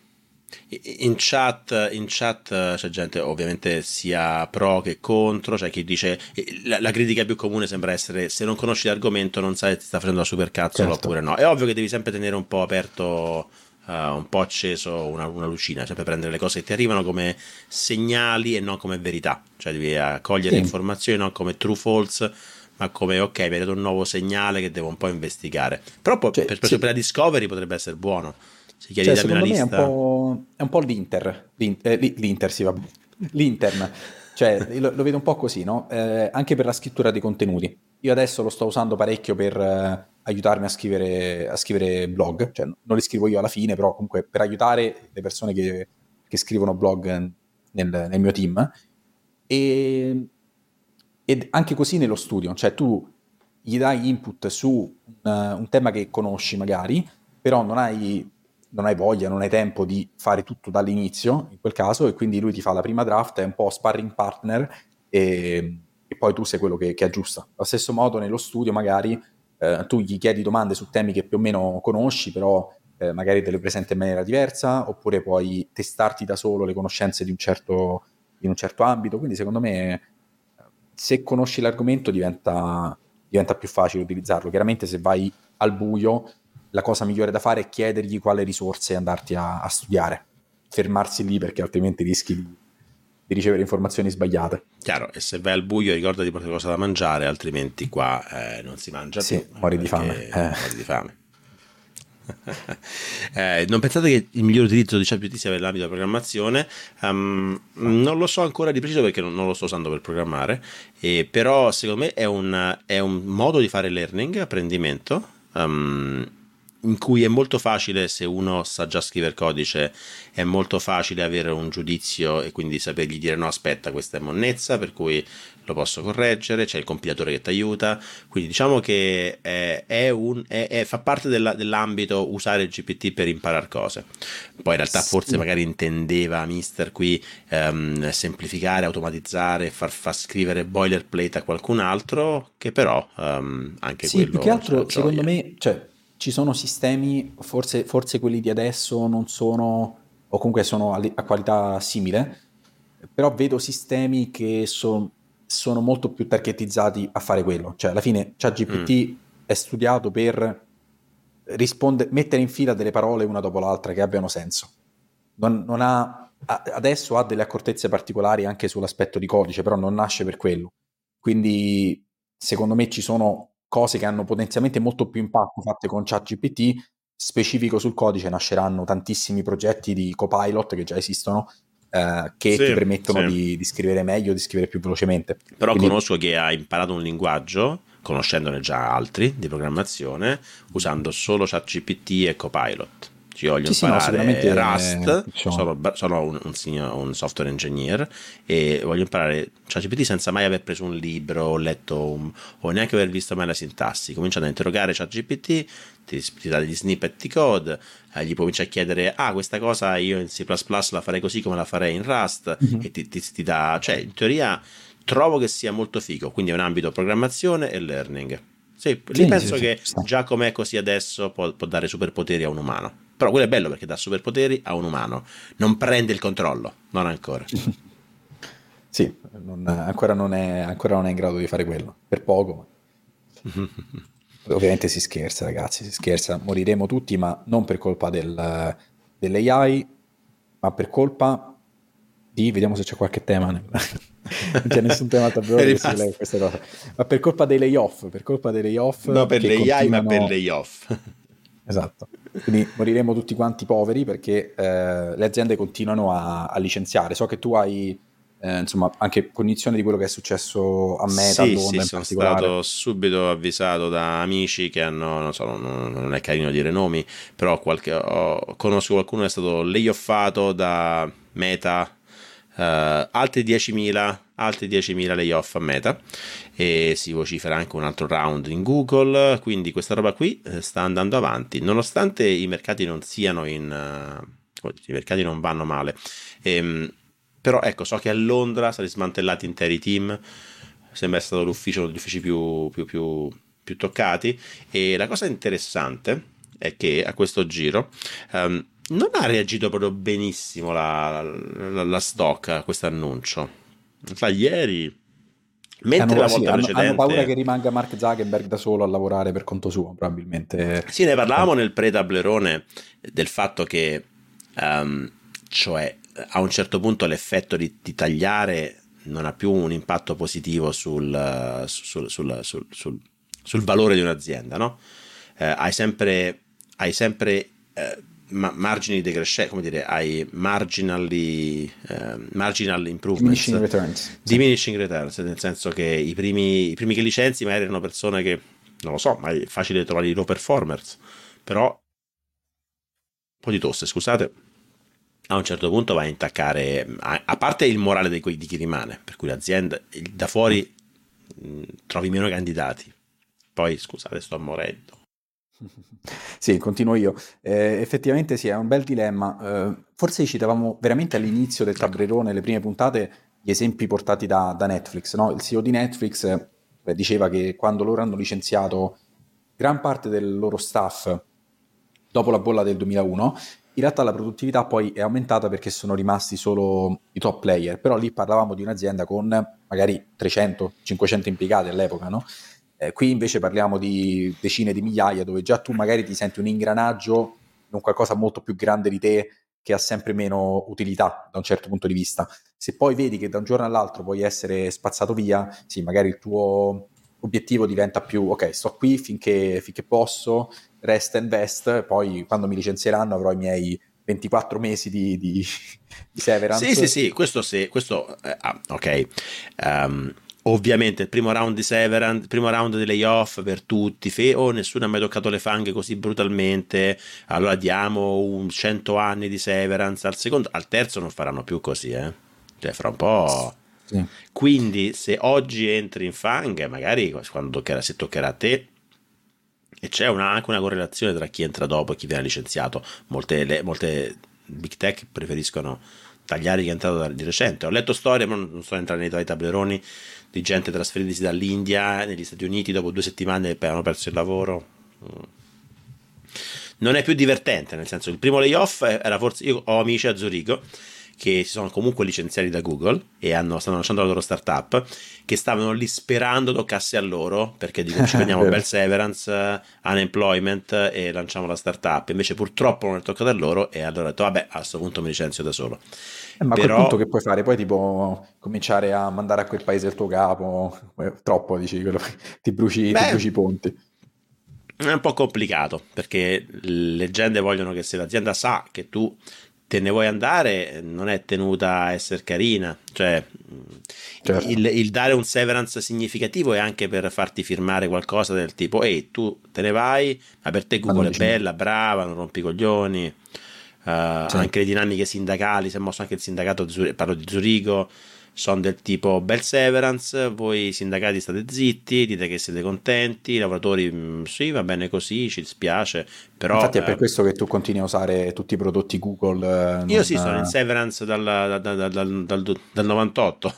in chat, in chat eh, c'è gente ovviamente sia pro che contro, c'è chi dice la, la critica più comune sembra essere se non conosci l'argomento non sai se ti sta facendo la supercazzola Certo. oppure no. È ovvio che devi sempre tenere un po' aperto, eh, un po' acceso una, una lucina, sempre prendere le cose che ti arrivano come segnali e non come verità, cioè devi accogliere Sì, informazioni non come true false ma come ok, mi hai dato un nuovo segnale che devo un po' investigare. Però po- cioè, per, per sì. la Discovery potrebbe essere buono. Se chiedi Cioè, dammi una secondo me è un lista. po', è un po' l'Inter, l'in- eh, li- l'Inter, sì, vabbè, l'Intern, cioè lo, lo vedo un po' così, no? Eh, anche per la scrittura dei contenuti. Io adesso lo sto usando parecchio per eh, aiutarmi a scrivere, a scrivere blog, cioè non li scrivo io alla fine, però comunque per aiutare le persone che, che scrivono blog nel, nel mio team. E, ed anche così nello studio, cioè tu gli dai input su un, un tema che conosci magari, però non hai, non hai voglia, non hai tempo di fare tutto dall'inizio, in quel caso, e quindi lui ti fa la prima draft, è un po' sparring partner e, e poi tu sei quello che, che aggiusta. Allo stesso modo nello studio magari eh, tu gli chiedi domande su temi che più o meno conosci, però eh, magari te le presenta in maniera diversa, oppure puoi testarti da solo le conoscenze di un certo, in un certo ambito, quindi secondo me se conosci l'argomento diventa, diventa più facile utilizzarlo. Chiaramente se vai al buio, la cosa migliore da fare è chiedergli quale risorse andarti a, a studiare, fermarsi lì perché altrimenti rischi di, di ricevere informazioni sbagliate. Chiaro, e se vai al buio ricorda di portare qualcosa da mangiare, altrimenti qua eh, non si mangia più Sì, muori di fame. perché Eh. muori di fame. Eh, non pensate che il miglior utilizzo di ChatGPT sia nell'ambito della programmazione? Um, non lo so ancora di preciso perché non, non lo sto usando per programmare, eh, però secondo me è un, è un modo di fare learning, apprendimento, um, in cui è molto facile, se uno sa già scrivere codice, è molto facile avere un giudizio e quindi sapergli dire no, aspetta, questa è monnezza, per cui lo posso correggere, c'è il compilatore che ti aiuta, quindi diciamo che è, è un, è- è- fa parte della- dell'ambito usare il G P T per imparare cose. Poi in realtà forse Sì. magari intendeva Mister qui ehm, semplificare, automatizzare, far, far scrivere boilerplate a qualcun altro, che però ehm, anche Sì, più che quello c'ha altro, secondo gioia. me, cioè, ci sono sistemi, forse, forse quelli di adesso non sono, o comunque sono a, li- a qualità simile, però vedo sistemi che so- sono molto più targetizzati a fare quello. Cioè, alla fine, Mm. ChatGPT è studiato per risponde- mettere in fila delle parole una dopo l'altra che abbiano senso. Non, non ha, a- adesso ha delle accortezze particolari anche sull'aspetto di codice, però non nasce per quello. Quindi secondo me ci sono cose che hanno potenzialmente molto più impatto fatte con ChatGPT, specifico sul codice nasceranno tantissimi progetti di copilot che già esistono, eh, che ti Sì, permettono sì. di, di scrivere meglio, di scrivere più velocemente. Però Quindi conosco che ha imparato un linguaggio, conoscendone già altri di programmazione, usando solo ChatGPT e Copilot. Ci voglio sì, sì, no, imparare sicuramente Rust, funziona. sono, sono un, un, signor- un software engineer e voglio imparare ChatGPT senza mai aver preso un libro o letto un- o neanche aver visto mai la sintassi. Cominciando a interrogare ChatGPT, ti, ti dà degli snippet di code, eh, gli cominci a chiedere, ah, questa cosa io in C plus plus la farei così come la farei in Rust, Mhm. e ti, ti- ti dà, cioè in teoria trovo che sia molto figo, quindi è un ambito programmazione e learning. Sì, lì Sì, sì, penso sì, che ci sta. già com'è così adesso può, può dare superpoteri a un umano. Però quello è bello perché dà superpoteri a un umano, non prende il controllo, non ancora. Sì, non- ancora, non è, ancora non è in grado di fare quello, per poco. Ovviamente si scherza, ragazzi, si scherza, moriremo tutti, ma non per colpa del, dell'A I, ma per colpa di, vediamo se c'è qualche tema, nel- non c'è nessun tema a È tabellone che si collega a rimasto. questa cosa, ma per colpa dei layoff, per colpa dei No layoff per che le A I ma per continuano, le off. esatto, quindi moriremo tutti quanti poveri perché eh, le aziende continuano a, a licenziare. So che tu hai, eh, insomma, anche cognizione di quello che è successo a Meta, a Sì, sì, Londra in sono particolare. stato subito avvisato da amici che hanno, non so, non, non è carino dire nomi, però qualche, ho- conosco qualcuno che è stato layoffato da Meta, eh, altri diecimila, altri diecimila layoff a Meta, e si vocifera anche un altro round in Google, quindi questa roba qui eh, sta andando avanti, nonostante i mercati non siano in... eh, i mercati non vanno male. Ehm, Però ecco, so che a Londra sono stati smantellati interi team, sembra essere stato l'ufficio, uno degli uffici più, più, più, più toccati, e la cosa interessante è che a questo giro ehm, non ha reagito proprio benissimo la, la, la stock a questo annuncio. Fra ieri, mentre Hanno, la sì, volta hanno, hanno paura che precedente, rimanga Mark Zuckerberg da solo a lavorare per conto suo, probabilmente. sì, ne Eh, parlavamo nel pre-tablerone del fatto che, ehm, cioè, a un certo punto l'effetto di, di tagliare non ha più un impatto positivo sul, eh, sul, sul, sul, sul- sul valore di un'azienda, no? Eh, hai sempre, hai sempre eh, ma- margini di decrescita, come dire, hai marginally, eh, marginal Diminishing improvements, returns, sì. diminishing returns, nel senso che i primi, i primi che licenzi magari erano persone che, non lo so, ma è facile trovare i low performers, però un po' di tosse, scusate, a un certo punto va a intaccare, a, a parte il morale di, di chi rimane, per cui l'azienda il- da fuori mh, trovi meno candidati. Poi, scusate, sto morendo. Sì, continuo io. Eh, effettivamente sì, è un bel dilemma. Eh, forse citavamo veramente all'inizio del Ecco. tablerone, le prime puntate, gli esempi portati da, da Netflix, no? Il C E O di Netflix eh, diceva che quando loro hanno licenziato gran parte del loro staff dopo la bolla del duemilauno, in realtà la produttività poi è aumentata perché sono rimasti solo i top player, però lì parlavamo di un'azienda con magari trecento cinquecento impiegati all'epoca, no? Eh, qui invece parliamo di decine di migliaia, dove già tu magari ti senti un ingranaggio in un qualcosa molto più grande di te che ha sempre meno utilità da un certo punto di vista. Se poi vedi che da un giorno all'altro puoi essere spazzato via, sì, magari il tuo obiettivo diventa più, ok, sto qui finché, finché posso, rest and vest, poi quando mi licenzieranno avrò i miei ventiquattro mesi di, di, di Sì, sì, severance. sì, questo sì, questo, eh, ah, ok. Ehm, ovviamente il primo round di Severance, il primo round di layoff per tutti, fe- oh, nessuno ha mai toccato le fanghe così brutalmente, allora diamo un cento anni di Severance al secondo, al terzo non faranno più così, eh. Cioè, fra un po'. Sì. Quindi, se oggi entri in fanghe, magari quando toccherà, se toccherà a te, e c'è una- anche una correlazione tra chi entra dopo e chi viene licenziato. Molte, le- molte big tech preferiscono tagliare chi è entrato da- di recente. Ho letto storie, ma non sto entrando nei tuoi tableroni, di gente trasferitisi dall'India negli Stati Uniti dopo due settimane e poi hanno perso il lavoro. Mm. Non è più divertente, nel senso il primo layoff era forse, io ho amici a Zurigo che si sono comunque licenziati da Google e hanno, stanno lanciando la loro startup, che stavano lì sperando toccasse a loro, perché dicono ci prendiamo bel severance, uh, unemployment e lanciamo la startup. Invece purtroppo non è toccato a loro e allora ho detto vabbè, a questo punto mi licenzio da solo. Eh, ma a quel Però punto che puoi fare? Poi tipo cominciare a mandare a quel paese il tuo capo, eh, troppo dici, quello- ti bruci, ti bruci beh, i ponti. è un po' complicato perché le leggende vogliono che se l'azienda sa che tu te ne vuoi andare, non è tenuta a essere carina. Cioè, Certo, il, il dare un severance significativo è anche per farti firmare qualcosa del tipo: ehi, tu te ne vai, ma per te ma non Google è dici niente. bella, brava, non rompi i coglioni. Uh, Sì. anche le dinamiche sindacali, si è mosso anche il sindacato, parlo di Zurigo, sono del tipo bel severance, voi sindacati state zitti, dite che siete contenti, i lavoratori mh, sì, va bene così, ci dispiace, però Infatti è per eh, questo che tu continui a usare tutti i prodotti Google, eh, io non... sì, sono in severance dal, dal, dal, dal, dal- dal novantotto.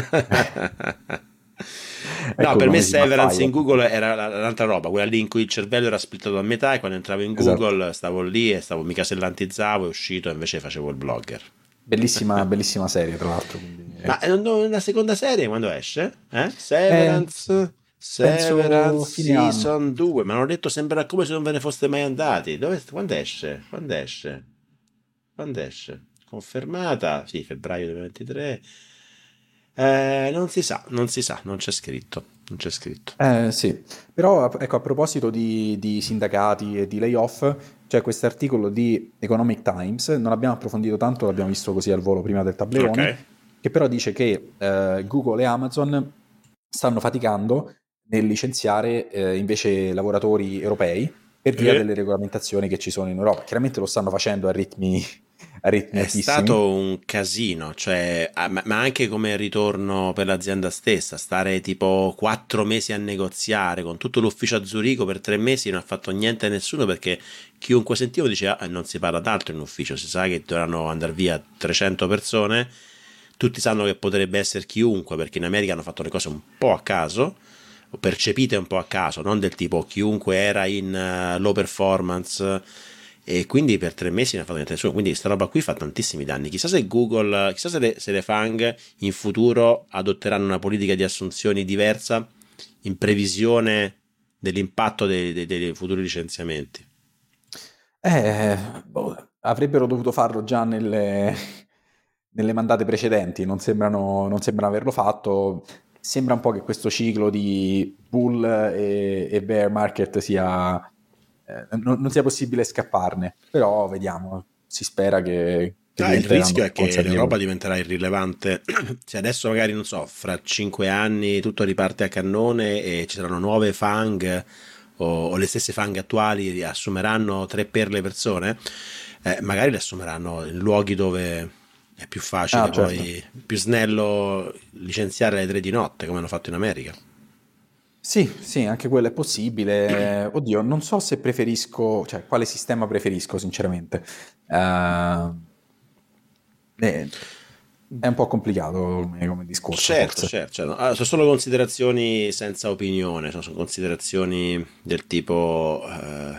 No, Ecco per me come si fa severance in Fire. Google era la- l'altra roba, quella lì in cui il cervello era splittato a metà e quando entravo in Esatto. Google stavo lì e stavo, mi casellantizzavo, è uscito e invece facevo il blogger. Bellissima, bellissima serie, tra l'altro. Quindi, Ma eh. eh, non- la seconda serie quando esce? Eh? Eh, Severance, penso Severance fine anno. Season due. Ma hanno detto sembra come se non ve ne foste mai andati. Dove, quando esce? Quando esce? Quando esce? Confermata? Sì, febbraio duemilaventitré. Eh, non si sa, non si sa, non c'è scritto. Non c'è scritto. Eh, sì, però ecco, a proposito di, di sindacati e di layoff, c'è questo articolo di Economic Times, non abbiamo approfondito tanto, l'abbiamo visto così al volo prima del Ok. tablerone, che però dice che eh, Google e Amazon stanno faticando nel licenziare eh, invece lavoratori europei per via Eh, delle regolamentazioni che ci sono in Europa. Chiaramente lo stanno facendo a ritmi, a ritmi È altissimi. stato un casino, cioè, ah, ma ma anche come ritorno per l'azienda stessa, stare tipo quattro mesi a negoziare con tutto l'ufficio a Zurigo per tre mesi non ha fatto niente a nessuno perché chiunque sentivo diceva "Ah, non si parla d'altro in ufficio, si sa che dovranno andare via trecento persone, tutti sanno che potrebbe essere chiunque perché in America hanno fatto le cose un po' a caso, o percepite un po' a caso, non del tipo chiunque era in uh, low performance e quindi per tre mesi ne ha fatto niente nessuno. Quindi questa roba qui fa tantissimi danni. Chissà se Google, chissà se le, se le Fang in futuro adotteranno una politica di assunzioni diversa in previsione dell'impatto dei, dei, dei futuri licenziamenti. Eh, boh, avrebbero dovuto farlo già nelle, nelle mandate precedenti, non sembrano, non sembrano averlo fatto. Sembra un po' che questo ciclo di bull e, e bear market sia, eh, non, non sia possibile scapparne, però vediamo, si spera che, che Ah, il diventeranno rischio più è che l'Europa consapevoli. diventerà irrilevante. Se adesso magari, non so, fra cinque anni tutto riparte a cannone e ci saranno nuove Fang o, o le stesse Fang attuali assumeranno tre per le persone, eh, magari le assumeranno in luoghi dove è più Ah, facile, certo. poi più snello licenziare alle tre di notte come hanno fatto in America. Sì, sì, anche quello è possibile. Oddio, non so se preferisco, cioè quale sistema preferisco, sinceramente. Eh, eh, è un po' complicato come, come discorso, Certo, forse. certo, certo. Ah, sono solo considerazioni senza opinione, sono, sono considerazioni del tipo eh,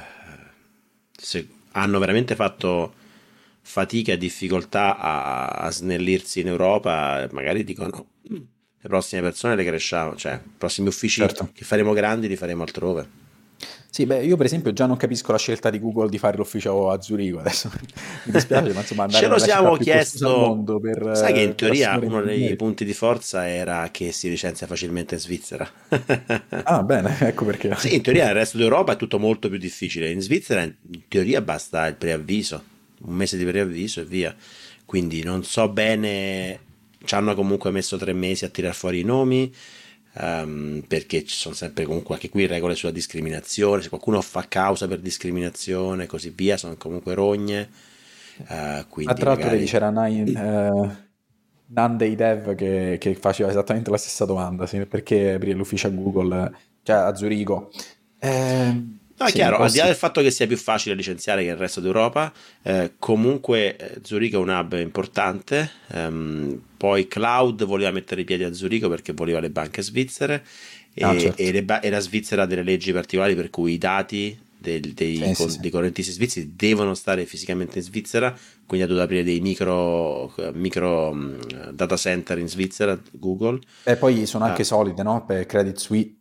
se hanno veramente fatto fatica e difficoltà a, a snellirsi in Europa, magari dicono "Mm, le prossime persone le cresciamo, cioè i prossimi uffici Certo. che faremo grandi li faremo altrove. Sì, beh, io per esempio già non capisco la scelta di Google di fare l'ufficio a Zurigo adesso. Mi dispiace, ma insomma andare Ce lo nella città siamo più costosa al chiesto. mondo per, Sai che in eh, per teoria assumere uno dei ingegneri. punti di forza era che si licenzia facilmente in Svizzera. Ah, bene, ecco perché. Sì, in teoria nel resto d'Europa è tutto molto più difficile. In Svizzera in teoria basta il preavviso, un mese di preavviso e via. Quindi non so bene, ci hanno comunque messo tre mesi a tirar fuori i nomi, ehm, perché ci sono sempre comunque anche qui regole sulla discriminazione, se qualcuno fa causa per discriminazione e così via, sono comunque rogne, eh, Ma quindi tra l'altro vedi, magari... c'era Nine, eh, Nan dei Dev che, che faceva esattamente la stessa domanda, sì, perché aprire l'ufficio a Google, cioè a Zurigo. Eh, No, è sì, chiaro, o al di là sì, del fatto che sia più facile licenziare che il resto d'Europa, eh, comunque eh, Zurigo è un hub importante, ehm, poi Cloud voleva mettere i piedi a Zurigo perché voleva le banche svizzere ah e, certo, e le ba- e la Svizzera ha delle leggi particolari per cui i dati dei, dei, Sì, sì, con- sì. dei correntisti svizzeri devono stare fisicamente in Svizzera, quindi ha dovuto aprire dei micro, micro mh, data center in Svizzera, Google. E poi sono Ah, anche solide, no? Per Credit Suisse.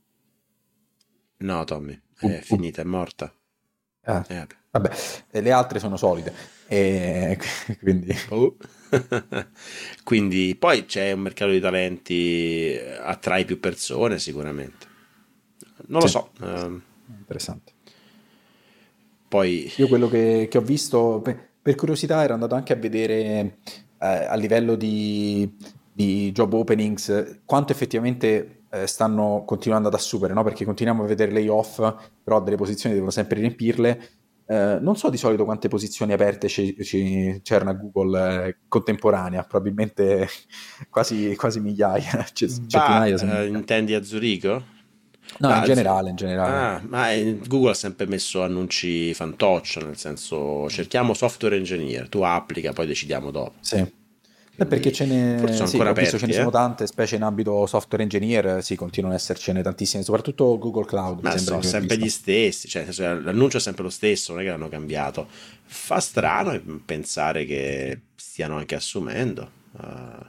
no, Tommy, è Ub- ub- finita, è morta. eh, Eh, vabbè. vabbè, e le altre sono solide. E quindi Oh. Quindi poi c'è un mercato di talenti, eh, attrae più persone sicuramente. Non lo sì, so. ehm, interessante. poi Io quello che, che ho visto, per, per curiosità, ero andato anche a vedere eh, a livello di, di job openings eh, quanto effettivamente eh, stanno continuando ad assumere, no? Perché continuiamo a vedere layoff, però delle posizioni devono sempre riempirle. Eh, non so di solito quante posizioni aperte ci- ci- c'erano a Google eh, contemporanea, probabilmente quasi, quasi migliaia, c- Bah, centinaia se non eh, migliaia. intendi a Zurigo? No, in Ah, Z- generale, in generale. ah, ma eh, Google ha sempre messo annunci fantoccio, nel senso cerchiamo software engineer, tu applica, poi decidiamo dopo. Sì. Eh, perché Quindi ce forse ne, sono sì, ancora ho visto ce aperti, ne sono eh? tante, specie in ambito software engineer, sì, continuano ad essercene tantissime, soprattutto Google Cloud, mi Ma sembra sono di aver sempre gli visto. stessi, cioè nel senso, l'annuncio è sempre lo stesso, non è che l'hanno cambiato. Fa strano pensare che stiano anche assumendo. Eh,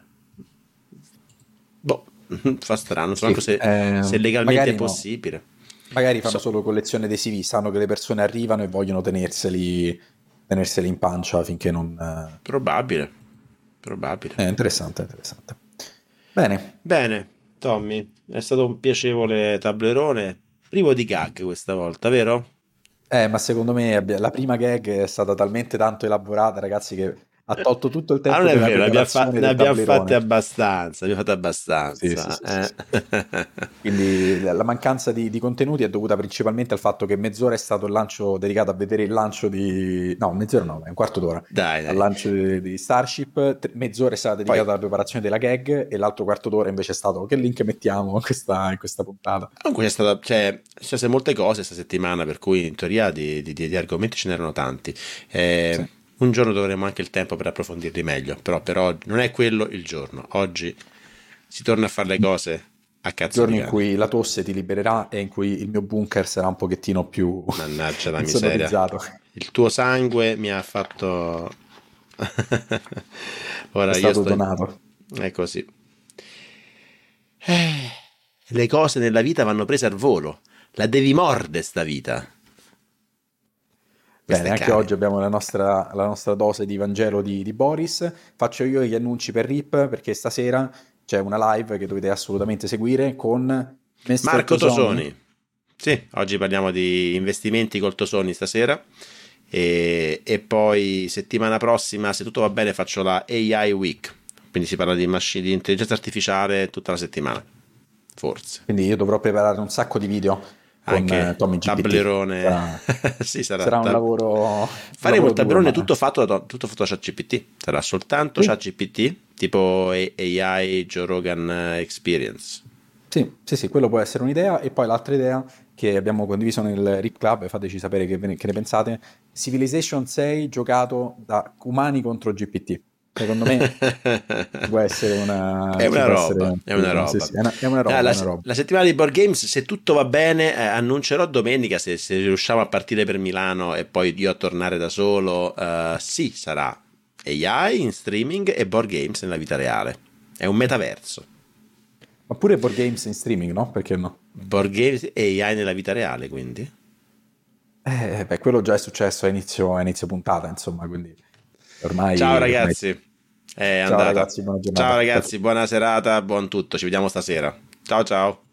boh, fa strano, non so Sì, manco se, se ehm, legalmente è magari no, possibile. magari fanno So, solo collezione dei C V, sanno che le persone arrivano e vogliono tenerseli, tenerseli in pancia finché non... eh, probabile, probabile. È interessante, interessante. Bene, Bene, Tommy, è stato un piacevole tablerone, privo di gag questa volta, vero? eh, ma secondo me abbia- la prima gag è stata talmente tanto elaborata, ragazzi, che ha tolto tutto il Ah, non tempo è della vero, ne abbiamo, fa- preparazione ne del abbiamo fatte tablerone. abbastanza, ne abbiamo fatte Sì, sì, abbastanza. sì, sì, eh. sì. Quindi la la mancanza di, di contenuti è dovuta principalmente al fatto che mezz'ora è stato il lancio dedicato a vedere il lancio di... No, mezz'ora no, è un quarto d'ora. Dai, Al dai. lancio di, di Starship, tre- mezz'ora è stata Poi, dedicata alla preparazione della gag e l'altro quarto d'ora invece è stato che link mettiamo in questa, in questa puntata. comunque c'è stata, cioè, ci sono state molte cose questa settimana, per cui in teoria di, di- di- di argomenti ce n'erano tanti. Sì. Eh, un giorno dovremo anche il tempo per approfondirli meglio, però per oggi non è quello il giorno. Oggi si torna a fare le cose a Il cazzo giorno di in cane. cui la tosse ti libererà e in cui il mio bunker sarà un pochettino più Mannaggia la miseria. insonorizzato. Il tuo sangue mi ha fatto... È Ora io stato sto... in- donato. È così. Eh, le cose nella vita vanno prese al volo. La devi mordere sta vita. Questa Bene, è anche oggi cane. abbiamo la nostra, la nostra dose di Vangelo di, di Boris. Faccio io gli annunci per R I P perché stasera c'è una live che dovete assolutamente seguire con mister Marco Tosoni. Tosoni. Sì, oggi parliamo di investimenti col Tosoni stasera. E, e poi settimana prossima, se tutto va bene, faccio la A I Week. Quindi si parla di, machine, di intelligenza artificiale tutta la settimana. Forse. Quindi io dovrò preparare un sacco di video con eh, Anche Tommy G P T. tablerone. Sarà, Sì, sarà sarà un tab- lavoro, un faremo lavoro il duro, tablerone ma tutto fatto da, tutto fatto da ChatGPT. Sarà soltanto sì, ChatGPT, tipo A I Joe Rogan eh, Experience. sì, sì, sì, quello può essere un'idea. E poi l'altra idea che abbiamo condiviso nel R I P Club, e fateci sapere che, ve ne che ne pensate, Civilization sei giocato da umani contro G P T. Secondo me ci può essere una... È ci una può essere roba, un è una film. Sì, roba. sì, è una, è una Ah, roba, è la, una roba. la settimana di Board Games, se tutto va bene, eh, annuncerò domenica se, se riusciamo a partire per Milano e poi io a tornare da solo. Eh, sì, sarà A I in streaming e Board Games nella vita reale. È un metaverso. Ma pure board games in streaming, no? Perché no? Board Games e A I nella vita reale, quindi. Eh, beh, quello già è successo a inizio, a inizio puntata, insomma, quindi Ciao ormai, ormai... ragazzi, è Ciao andata. ragazzi, buona Ciao giornata. Ciao, ragazzi, ciao. buona serata, buon tutto, ci vediamo stasera. Ciao ciao.